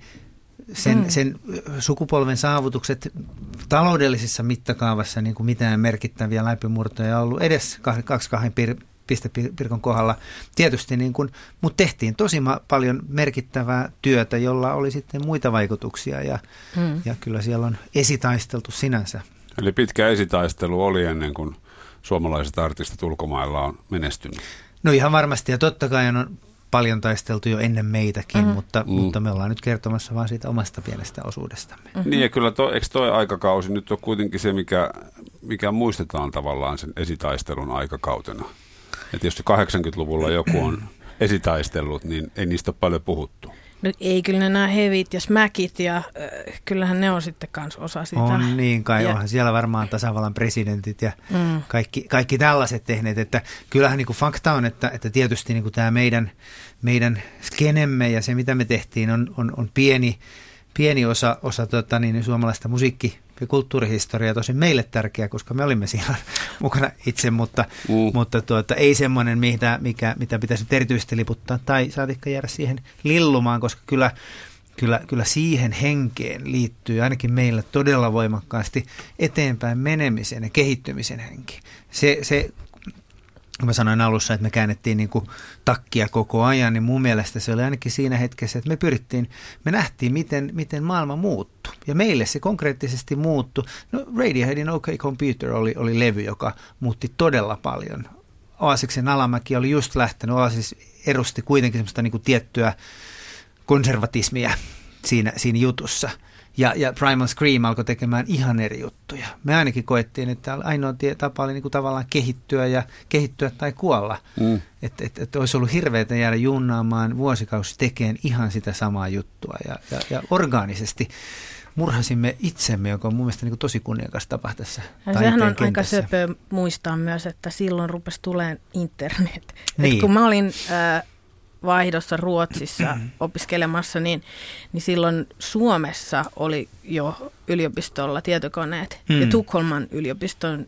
sen sukupolven saavutukset taloudellisessa mittakaavassa niin kuin mitään merkittäviä läpimurtoja ollut edes 22 pistepirkon kohdalla. Tietysti, mutta tehtiin tosi paljon merkittävää työtä, jolla oli sitten muita vaikutuksia ja kyllä siellä on esitaisteltu sinänsä.
Eli pitkä esitaistelu oli ennen kuin suomalaiset artistit ulkomailla on menestynyt. No
ihan varmasti, ja totta kai on paljon taisteltu jo ennen meitäkin, mutta me ollaan nyt kertomassa vaan siitä omasta pienestä osuudestamme.
Niin ja kyllä eikö toi aikakausi nyt ole kuitenkin se, mikä muistetaan tavallaan sen esitaistelun aikakautena. Että jos 80-luvulla joku on esitaistellut, niin ei niistä ole paljon puhuttu.
No ei, kyllä nämä hevit ja smäkit ja kyllähän ne on sitten kans osa sitä.
On niin kai, onhan siellä varmaan tasavallan presidentit ja kaikki tällaiset tehneet, että kyllähän niin kuin fakta on, että tietysti niin kuin tämä meidän skenemme ja se mitä me tehtiin on pieni osa suomalaista musiikki- ja kulttuurihistoriaa, tosi meille tärkeä, koska me olimme siellä mukana itse, mutta ei semmoinen, mitä pitäisi erityisesti liputtaa tai saatikka jäädä siihen lillumaan, koska kyllä siihen henkeen liittyy ainakin meillä todella voimakkaasti eteenpäin menemisen ja kehittymisen henki. Se mä sanoin alussa, että me käännettiin niin kuin takkia koko ajan, niin mun mielestä se oli ainakin siinä hetkessä, että me nähtiin, miten maailma muuttui. Ja meille se konkreettisesti muuttui. No Radioheadin OK Computer oli levy, joka muutti todella paljon. Oasiksen Alamäki oli just lähtenyt. Oasis edusti kuitenkin semmoista niin kuin tiettyä konservatismia siinä jutussa. Ja Primal Scream alkoi tekemään ihan eri juttuja. Me ainakin koettiin, että ainoa tapa oli niin kuin tavallaan kehittyä tai kuolla. Että olisi ollut hirveätä jäädä junnaamaan vuosikausi tekemään ihan sitä samaa juttua. Ja orgaanisesti murhasimme itsemme, joka on mun mielestä niin kuin tosi kunniakas tapa tässä taiteen
sehän on
kentässä.
aika söpöä muistaa myös, että silloin rupesi tulemaan internet.
Niin.
Kun mä olin vaihdossa Ruotsissa opiskelemassa, niin silloin Suomessa oli jo yliopistolla tietokoneet. Ja Tukholman yliopiston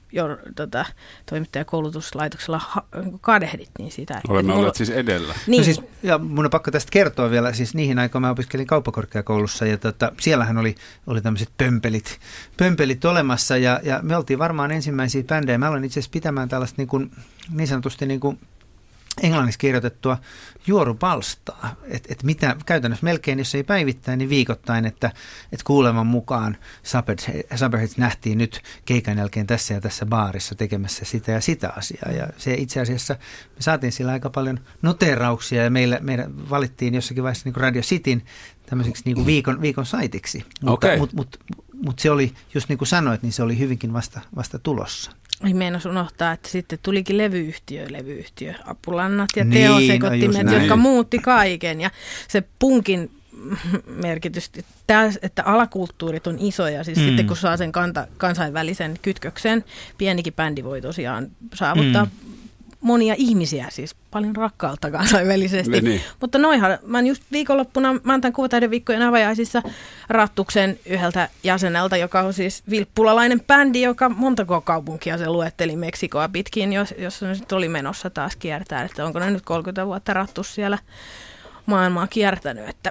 toimittajakoulutuslaitoksella kadehdittiin sitä.
Olemme olleet siis edellä.
Niin.
No siis, ja mun on pakko tästä kertoa vielä, siis niihin aikoina mä opiskelin kauppakorkeakoulussa ja siellähän oli tämmöiset pömpelit olemassa ja me oltiin varmaan ensimmäisiä bändejä. Mä aloin itse asiassa pitämään tällaista niin sanotusti englanniksi kirjoitettua juorupalstaa, että mitä käytännössä melkein, jos ei päivittäin, niin viikoittain, että kuuleman mukaan Subberheads nähtiin nyt keikan jälkeen tässä ja tässä baarissa tekemässä sitä ja sitä asiaa. Ja se itse asiassa, me saatiin sillä aika paljon noteerauksia ja meillä valittiin jossakin vaiheessa niin kuin Radio Cityn tämmöiseksi niin kuin viikon saitiksi. Mutta se oli, just niin kuin sanoit, niin se oli hyvinkin vasta tulossa.
Ei meinas unohtaa, että sitten tulikin levyyhtiö, Apulannat ja teosekottimet, jotka muutti kaiken. Ja se punkin merkitys, että alakulttuurit on isoja, siis sitten kun saa sen kansainvälisen kytköksen, pienikin bändi voi tosiaan saavuttaa monia ihmisiä, siis paljon rakkaalta kansainvälisesti. Niin. Mutta noihan, mä just viikonloppuna, mä oon tämän Kuvataideviikkojen avajaisissa Rattuksen yhdeltä jäseneltä, joka on siis vilppulalainen bändi, joka montako kaupunkia se luetteli Meksikoa pitkin, jos se nyt oli menossa taas kiertää, että onko ne nyt 30 vuotta Rattus siellä maailmaa kiertänyt, että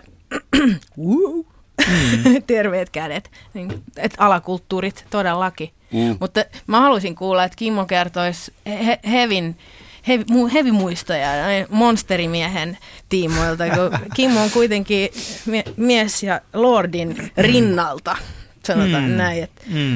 terveet kädet, että alakulttuurit todellakin. Mutta mä haluaisin kuulla, että Kimmo kertoisi hevimuistoja monsterimiehen tiimoilta, kun Kimmo on kuitenkin mies ja Lordin rinnalta, sanotaan näin.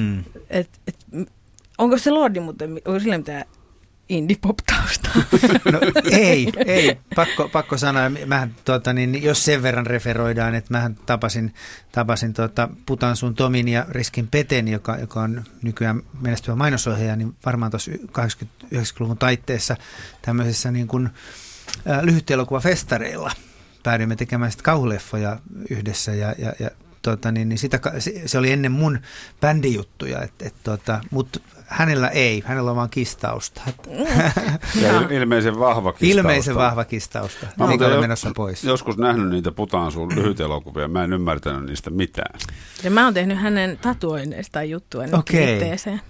Onko se Lordi, mutta onko sillä mitään indie-pop-taustaa?
No ei. Pakko sanoa. Mähän, jos sen verran referoidaan, että mähän tapasin Putansuun Tomin ja Riskin Peten, joka on nykyään menestyvä mainosohjaaja, niin varmaan tuossa 80-90-luvun taitteessa tämmöisessä niin kuin lyhytelokuvafestareilla päädyimme tekemään sitten kauhuleffoja yhdessä ja se oli ennen mun bändijuttuja, mutta hänellä on vaan kistausta.
Ja ilmeisen vahva kistausta.
Ilmeisen vahva kistausta. Eikä ole menossa pois.
Joskus nähnyt niitä Putansuun lyhytelokuvia. Mä en ymmärtänyt niistä mitään.
Ja mä oon tehnyt hänen tatuoinneistaan juttua liitteeseen.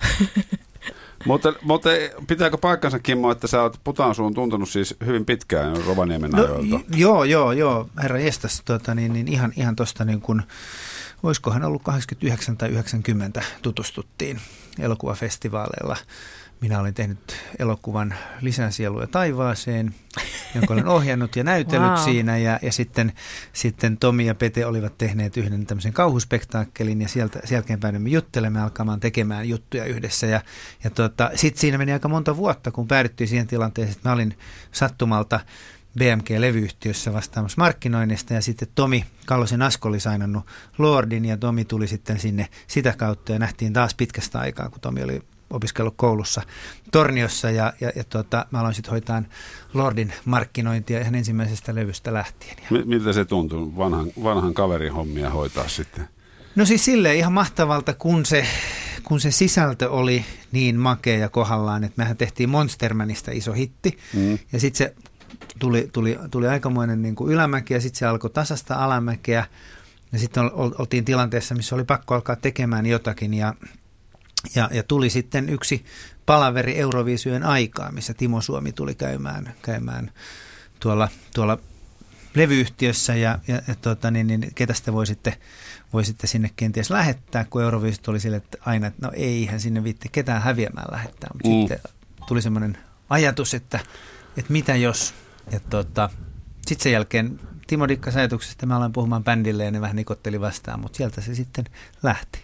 Mutta pitääkö paikkansa, Kimmo, että sä oot Putansuun tuntenut siis hyvin pitkään Rovaniemen ajoilta?
Joo, herra jestas, ihan tuosta niin kuin, olisikohan ollut 89 tai 90 tutustuttiin elokuvafestivaaleilla. Minä olin tehnyt elokuvan Lisää sieluja taivaaseen, jonka olen ohjannut ja näytellyt siinä. Ja sitten Tomi ja Pete olivat tehneet yhden tämmöisen kauhuspektaakkelin ja sen jälkeen päädyimme juttelemaan, alkamaan tekemään juttuja yhdessä. Ja sitten siinä meni aika monta vuotta, kun päädyttiin siihen tilanteeseen, että mä olin sattumalta BMG-levyyhtiössä vastaamassa markkinoinnista ja sitten Tomi Kallosen Asko oli sainannut Lordin ja Tomi tuli sitten sinne sitä kautta ja nähtiin taas pitkästä aikaa, kun Tomi oli opiskellut koulussa Torniossa ja mä aloin sitten hoitaa Lordin markkinointia ihan ensimmäisestä levystä lähtien.
Miltä se tuntui vanhan kaverin hommia hoitaa sitten?
No siis silleen ihan mahtavalta, kun se sisältö oli niin makea ja kohdallaan, että mehän tehtiin Monstermanista iso hitti ja sitten se tuli aikamoinen niin kuin ylämäki ja sitten se alkoi tasasta alamäkeä ja sitten oltiin tilanteessa, missä oli pakko alkaa tekemään jotakin ja tuli sitten yksi palaveri Euroviisujen aikaa, missä Timo Suomi tuli käymään tuolla levyyhtiössä ja ketä sitä voi sitten sinne kenties lähettää, kun Euroviisut oli sille, että aina, että no eihän sinne viitti ketään häviämään lähettää, mutta sitten tuli semmoinen ajatus, että mitä jos, ja sitten sen jälkeen Timo dikkasi ajatuksesta, mä aloin puhumaan bändille ja ne vähän nikotteli vastaan, mutta sieltä se sitten lähti.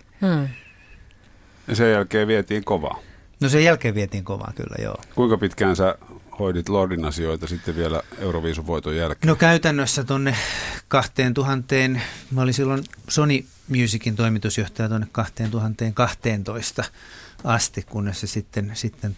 Ja sen jälkeen vietiin kovaa.
No sen jälkeen vietiin kovaa kyllä, joo.
Kuinka pitkään sä hoidit Lordin asioita sitten vielä Euroviisuvoiton jälkeen?
No käytännössä tuonne 2000, mä olin silloin Sony Musicin toimitusjohtaja tuonne 2012 asti, kunnes se sitten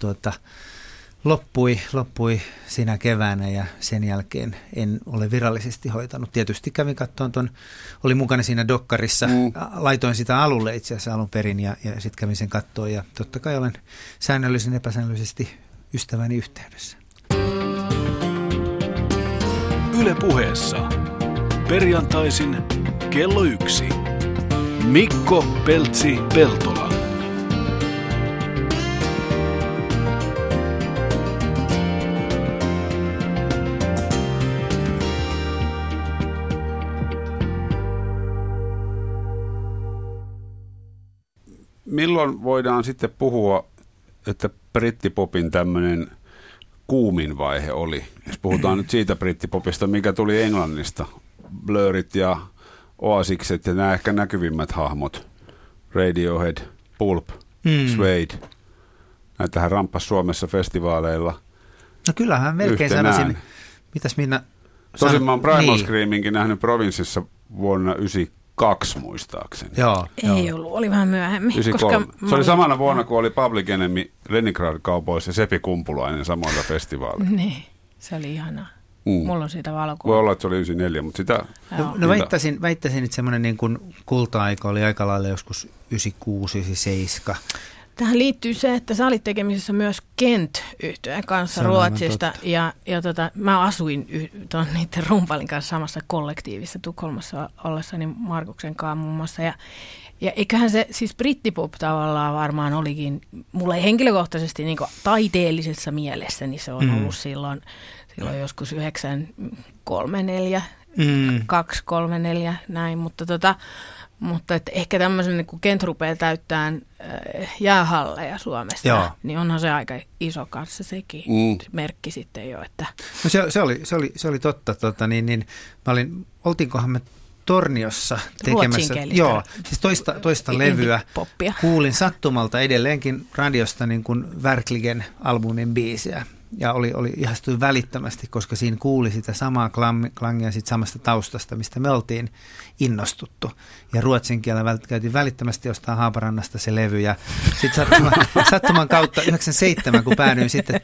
loppui siinä keväänä ja sen jälkeen en ole virallisesti hoitanut. Tietysti kävin katsomaan oli mukana siinä dokkarissa, laitoin sitä alulle itse asiassa alun perin ja sitten kävin sen katsoa ja totta kai olen säännöllisen epäsäännöllisesti ystäväni yhteydessä.
Yle Puheessa. Perjantaisin kello 1. Mikko Peltsi-Peltola.
Milloin voidaan sitten puhua, että brittipopin tämmöinen kuumin vaihe oli. Jos puhutaan nyt siitä brittipopista, mikä tuli Englannista. Blurrit ja Oasikset ja nämä ehkä näkyvimmät hahmot. Radiohead, Pulp, Suede. Näitähän ramppasi Suomessa festivaaleilla.
No kyllähän melkein sanoisin, mitäs Minna
tosin mä oon Primal Screaminkin nähnyt Provinssissa vuonna 1992 muistaakseni.
Joo.
Ei ollut, oli vähän myöhemmin.
Se oli samana vuonna, kun oli Public Enemy Leningrad-kaupoissa ja Sepi Kumpulainen samoilla festivaaleilla.
Niin, se oli ihanaa. Mulla on siitä valokuva.
Voi olla, että se oli 94, mutta sitä...
No väittäisin, että semmoinen niin kuin kulta-aika oli aika lailla joskus 96, 97.
Tähän liittyy se, että sä olit tekemisissä myös Kent-yhtyeen kanssa Ruotsista. Ja mä asuin niiden rumpalin kanssa samassa kollektiivissa Tukholmassa ollessani Markuksen kanssa muun muassa. Ja eiköhän se, siis brittipop tavallaan varmaan olikin, mulla ei henkilökohtaisesti niin kuin taiteellisessa mielessä, niin se on ollut silloin joskus 934, 234 näin, mutta että ehkä tämmöisen, kun Kent rupeaa täyttämään jäähalleja Suomessa, niin onhan se aika iso kanssa sekin merkki sitten jo. Että.
No se oli totta. Oltiinkohan me Torniossa tekemässä, siis toista levyä. Kuulin sattumalta edelleenkin radiosta niin kuin Verkligen albumin biisiä. Ja ihastuin välittömästi, koska siinä kuuli sitä samaa klangia sit samasta taustasta, mistä me oltiin innostuttu. Ja ruotsin kielellä käytiin välittömästi jostain Haaparannasta se levy. Ja sitten sattuman kautta 97, kun päädyin sitten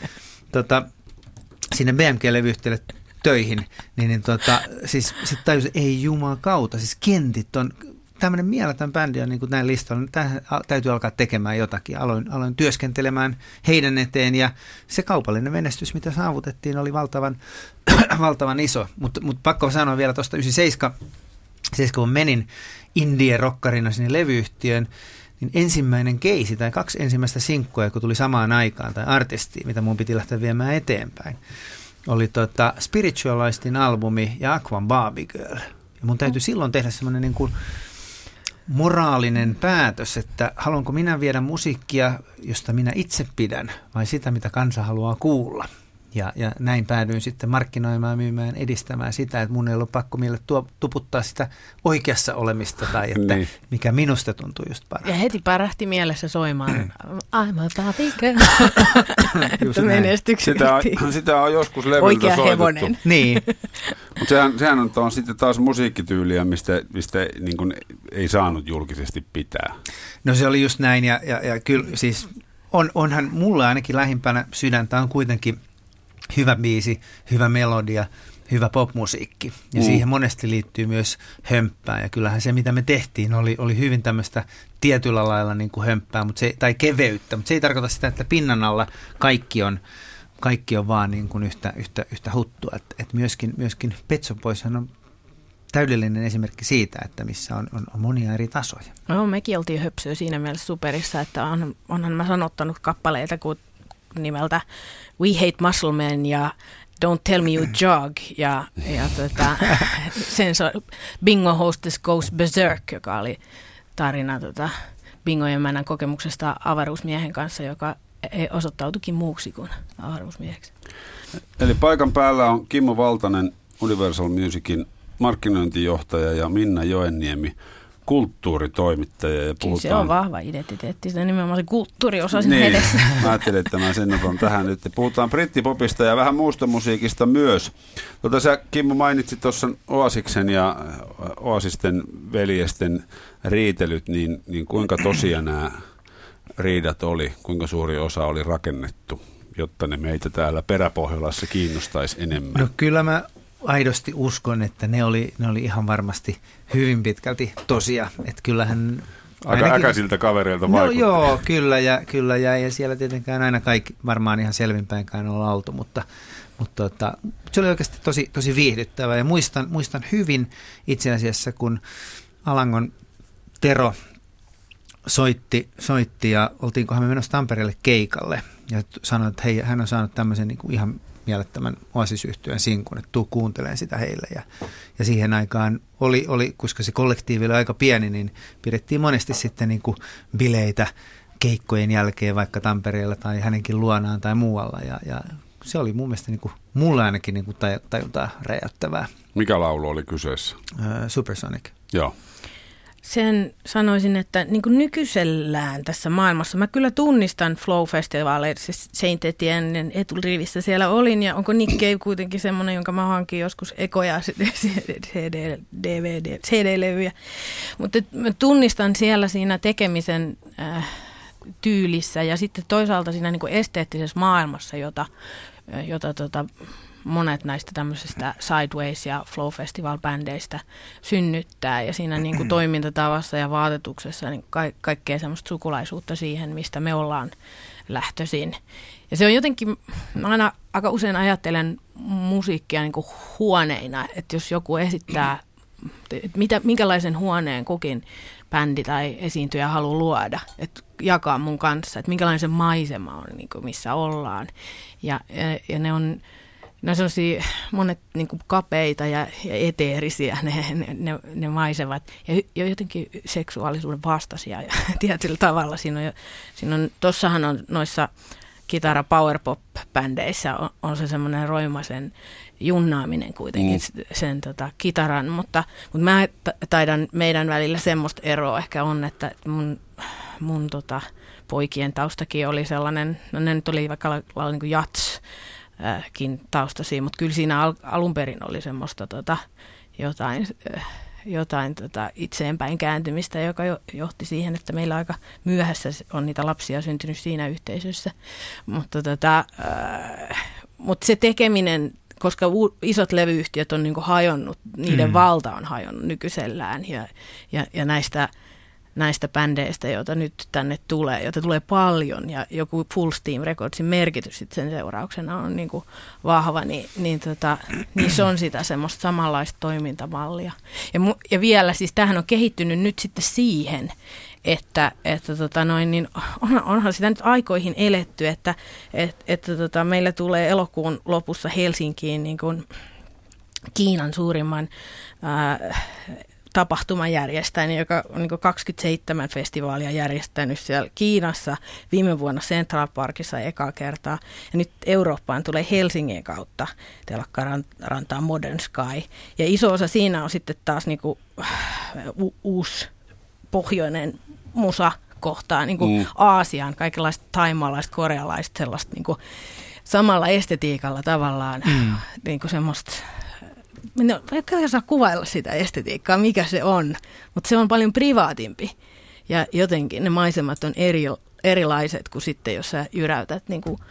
sinne BMG-levyyhtiölle töihin, siis sitten tajusin, ei jumakauta, siis Kentit on... Tämmöinen mieletön bändi on niin kuin näin listalla. Täytyy alkaa tekemään jotakin. Aloin työskentelemään heidän eteen ja se kaupallinen menestys, mitä saavutettiin, oli valtavan iso. Mutta pakko sanoa vielä tuosta 97, kun menin indie-rokkarina sinne levyyhtiöön, niin ensimmäinen keisi tai 2 ensimmäistä sinkkua, kun tuli samaan aikaan, tai artistia, mitä mun piti lähteä viemään eteenpäin, oli Spiritualistin albumi ja Aquan Barbie Girl. Ja mun täytyy silloin tehdä semmoinen niin kuin moraalinen päätös, että haluanko minä viedä musiikkia, josta minä itse pidän, vai sitä, mitä kansa haluaa kuulla. Ja näin päädyin sitten markkinoimaan, myymään, edistämään sitä, että mun ei ollut pakko mille tuputtaa sitä oikeassa olemista tai että mikä minusta tuntuu just parhaan.
Ja heti pärähti mielessä soimaan I'm a Barbie girl.
Sitä on joskus levyltä
oikea
soitettu.
Hevonen.
Niin. Mutta sehän on sitten taas musiikkityyliä, mistä niin kuin ei saanut julkisesti pitää.
No se oli just näin ja kyllä siis onhan mulla ainakin lähimpänä sydäntä on kuitenkin hyvä biisi, hyvä melodia, hyvä popmusiikki. Ja siihen monesti liittyy myös hömppää. Ja kyllähän se, mitä me tehtiin, oli hyvin tämmöistä tietyllä lailla niin kuin hömppää tai keveyttä. Mutta se ei tarkoita sitä, että pinnan alla kaikki on vaan niin kuin yhtä huttua. Et myöskin Pet Shop Boyshan on täydellinen esimerkki siitä, että missä on monia eri tasoja.
No, mekin oltiin höpsöä siinä mielessä superissa, että onhan mä sanottanut kappaleita kuin nimeltä We Hate Muscle Men ja Don't Tell Me You Jog ja Bingo Hostess Goes Berserk, joka oli tarina bingojen kokemuksesta avaruusmiehen kanssa, joka osoittautuikin muuksi kuin avaruusmieheksi.
Eli paikan päällä on Kimmo Valtanen, Universal Musicin markkinointijohtaja ja Minna Joenniemi, kulttuuritoimittaja. Ja puhutaan...
Se on vahva identiteetti, sitä nimenomaan se kulttuuriosa siinä edessä.
Mä ajattelin, että mä sen otan tähän nyt. Puhutaan brittipopista ja vähän muusta musiikista myös. Sä, Kimmo, mainitsit tuossa Oasiksen ja Oasisten veljesten riitelyt, niin kuinka tosiaan nämä riidat oli, kuinka suuri osa oli rakennettu, jotta ne meitä täällä Peräpohjolassa kiinnostaisi enemmän?
No kyllä mä aidosti uskon, että ne oli ihan varmasti hyvin pitkälti tosia. Että kyllähän
aika äkäisiltä kavereilta vaikutti.
No joo, kyllä ja siellä tietenkään aina kaikki varmaan ihan selvinpäinkään olla oltu, mutta se oli oikeasti tosi viihdyttävää. Ja muistan hyvin itse asiassa, kun Alangon Tero soitti ja oltiinkohan me menossa Tampereelle keikalle ja sanoi, että hei, hän on saanut tämmöisen niin kuin ihan mielettömän Oasis-yhtyeen sinkun, että tuu kuuntelemaan sitä heille. Ja siihen aikaan oli, koska se kollektiivi oli aika pieni, niin pidettiin monesti sitten niin kuin bileitä keikkojen jälkeen vaikka Tampereella tai hänenkin luonaan tai muualla. Ja se oli mun mielestä niin kuin, mulle ainakin niin kuin tajuntaa räjäyttävää.
Mikä laulu oli kyseessä?
Supersonic.
Joo.
Sen sanoisin, että niin kuin nykyisellään tässä maailmassa, mä kyllä tunnistan Flow-festivaaleja, siis Saint Etienne eturivissä siellä olin, ja onko Nick Cave kuitenkin semmoinen, jonka mä hankin joskus ekoja CD-levyjä, mutta mä tunnistan siellä siinä tekemisen tyylissä ja sitten toisaalta siinä niin kuin esteettisessä maailmassa, jota monet näistä tämmöisistä Sideways- ja Flow-festival-bändeistä synnyttää ja siinä niin kuin toimintatavassa ja vaatetuksessa niin kaikkea semmoista sukulaisuutta siihen, mistä me ollaan lähtöisin. Ja se on jotenkin, mä aina aika usein ajattelen musiikkia niin kuin huoneina, että jos joku esittää, minkälaisen huoneen kukin bändi tai esiintyjä haluaa luoda, että jakaa mun kanssa, että minkälainen se maisema on, niin kuin missä ollaan. Ja ne on sellaisia monet niin kuin kapeita ja eteerisiä ne maisemat ja jotenkin seksuaalisuuden vastaisia ja tietyllä tavalla. Tossahan on noissa kitara power pop -bändeissä on se semmoinen roimaisen junnaaminen kuitenkin sen kitaran, mutta mä taidan meidän välillä semmoista eroa ehkä on, että mun poikien taustakin oli sellainen, no ne nyt oli vaikka niin kuin jatskin taustaisia, mutta kyllä siinä alun perin oli semmoista jotain itseenpäin kääntymistä, joka johti siihen, että meillä aika myöhässä on niitä lapsia syntynyt siinä yhteisössä. Mutta se tekeminen, koska isot levyyhtiöt on niinku hajonnut, niiden valta on hajonnut nykyisellään ja näistä bändeistä, joita nyt tänne tulee, joita tulee paljon ja joku Full Steam Recordsin merkitys sit sen seurauksena on niinku vahva, niin se on sitä semmoista samanlaista toimintamallia. Ja vielä siis tämähän on kehittynyt nyt sitten siihen, että niin onhan sitä nyt aikoihin eletty, että meillä tulee elokuun lopussa Helsinkiin niin kuin Kiinan suurimman tapahtumajärjestäjän, joka on niin 27 festivaalia järjestänyt siellä Kiinassa, viime vuonna Central Parkissa ekaa kertaa, ja nyt Eurooppaan tulee Helsingin kautta telakkarantaa Modern Sky, ja iso osa siinä on sitten taas niin kuin uusi pohjoinen musa kohtaa niin kuin Aasian, kaikenlaista taimaalaista, korealaista, sellaista niin kuin samalla estetiikalla tavallaan niin kuin semmoista. Minä en saa kuvailla sitä estetiikkaa, mikä se on, mutta se on paljon privaatimpi ja jotenkin ne maisemat on erilaiset kuin sitten, jos sä jyräytät niin kuin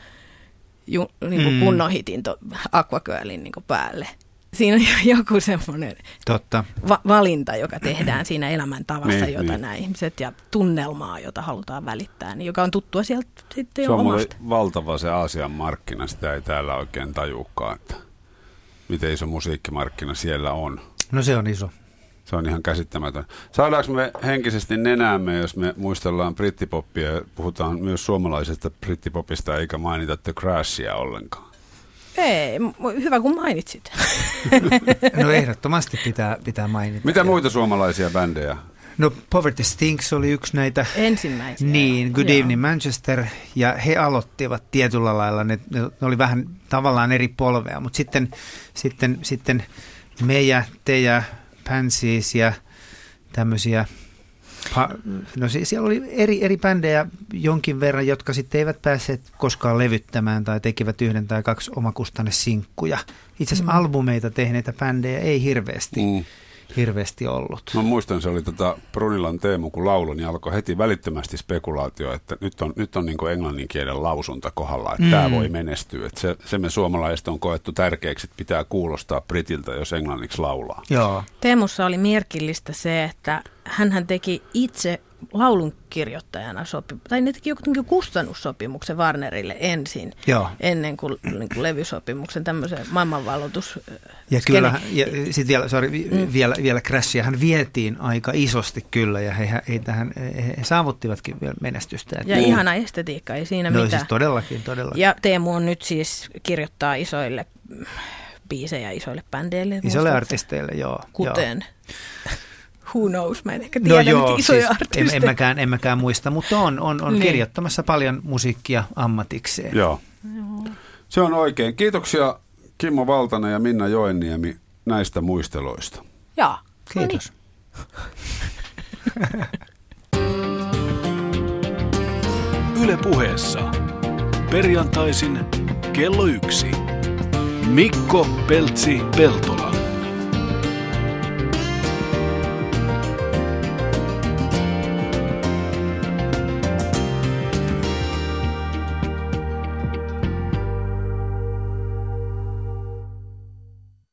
kunnon hitin Aqua Girlin niin kuin päälle. Siinä on joku semmoinen valinta, joka tehdään siinä elämäntavassa, jota nämä ihmiset ja tunnelmaa, jota halutaan välittää, niin joka on tuttua sieltä sitten jo omasta.
Se on valtava se Aasian markkina, sitä ei täällä oikein tajuukaan, että miten iso musiikkimarkkina siellä on.
No se on iso.
Se on ihan käsittämätön. Saadaanko me henkisesti nenäämme, jos me muistellaan brittipoppia ja puhutaan myös suomalaisesta brittipopista eikä mainita The Crashia ollenkaan?
Ei, hyvä kun mainitsit.
No ehdottomasti pitää mainita.
Mitä muita suomalaisia bändejä?
No Poverty Stinks oli yksi näitä.
Ensimmäisiä.
Niin, Good Evening Manchester, ja he aloittivat tietyllä lailla, ne oli vähän tavallaan eri polvea, mutta sitten me ja te ja Pansies ja tämmöisiä, no siellä oli eri bändejä jonkin verran, jotka sitten eivät päässeet koskaan levyttämään tai tekivät 1 tai 2 omakustannesinkkuja. Itse asiassa albumeita tehneitä bändejä ei hirveästi ollut.
Mä muistan, se oli Brunilan Teemu, kun laulun, niin alkoi heti välittömästi spekulaatio, että nyt on niin kuin englannin kielen lausunta kohdalla, että tämä voi menestyä. Että se me suomalaiset on koettu tärkeäksi, että pitää kuulostaa britiltä, jos englanniksi laulaa.
Joo.
Teemussa oli merkillistä se, että hänhän teki itse laulunkirjoittajana tai ne teki joku kustannussopimuksen Warnerille ensin, ennen kuin levysopimuksen tämmöisen maailmanvalloitus.
Ja kyllä, ja sitten vielä Crashia hän vietiin aika isosti kyllä, ja he saavuttivatkin vielä menestystä.
Ja ihana estetiikka, ei siinä mitään.
Siis todellakin.
Ja Teemu on nyt siis kirjoittaa isoille biisejä, isoille bändeille.
Isoille artisteille, joo.
Kuten... Who knows, mä en ehkä tiedä nyt isoja artisteja.
En mäkään muista, mutta on niin kirjoittamassa paljon musiikkia ammatikseen.
Joo. Se on oikein. Kiitoksia Kimmo Valtanen ja Minna Joenniemi näistä muisteloista.
Joo.
Kiitos.
Yle Puheessa. Perjantaisin kello 1. Mikko Peltsi-Peltola.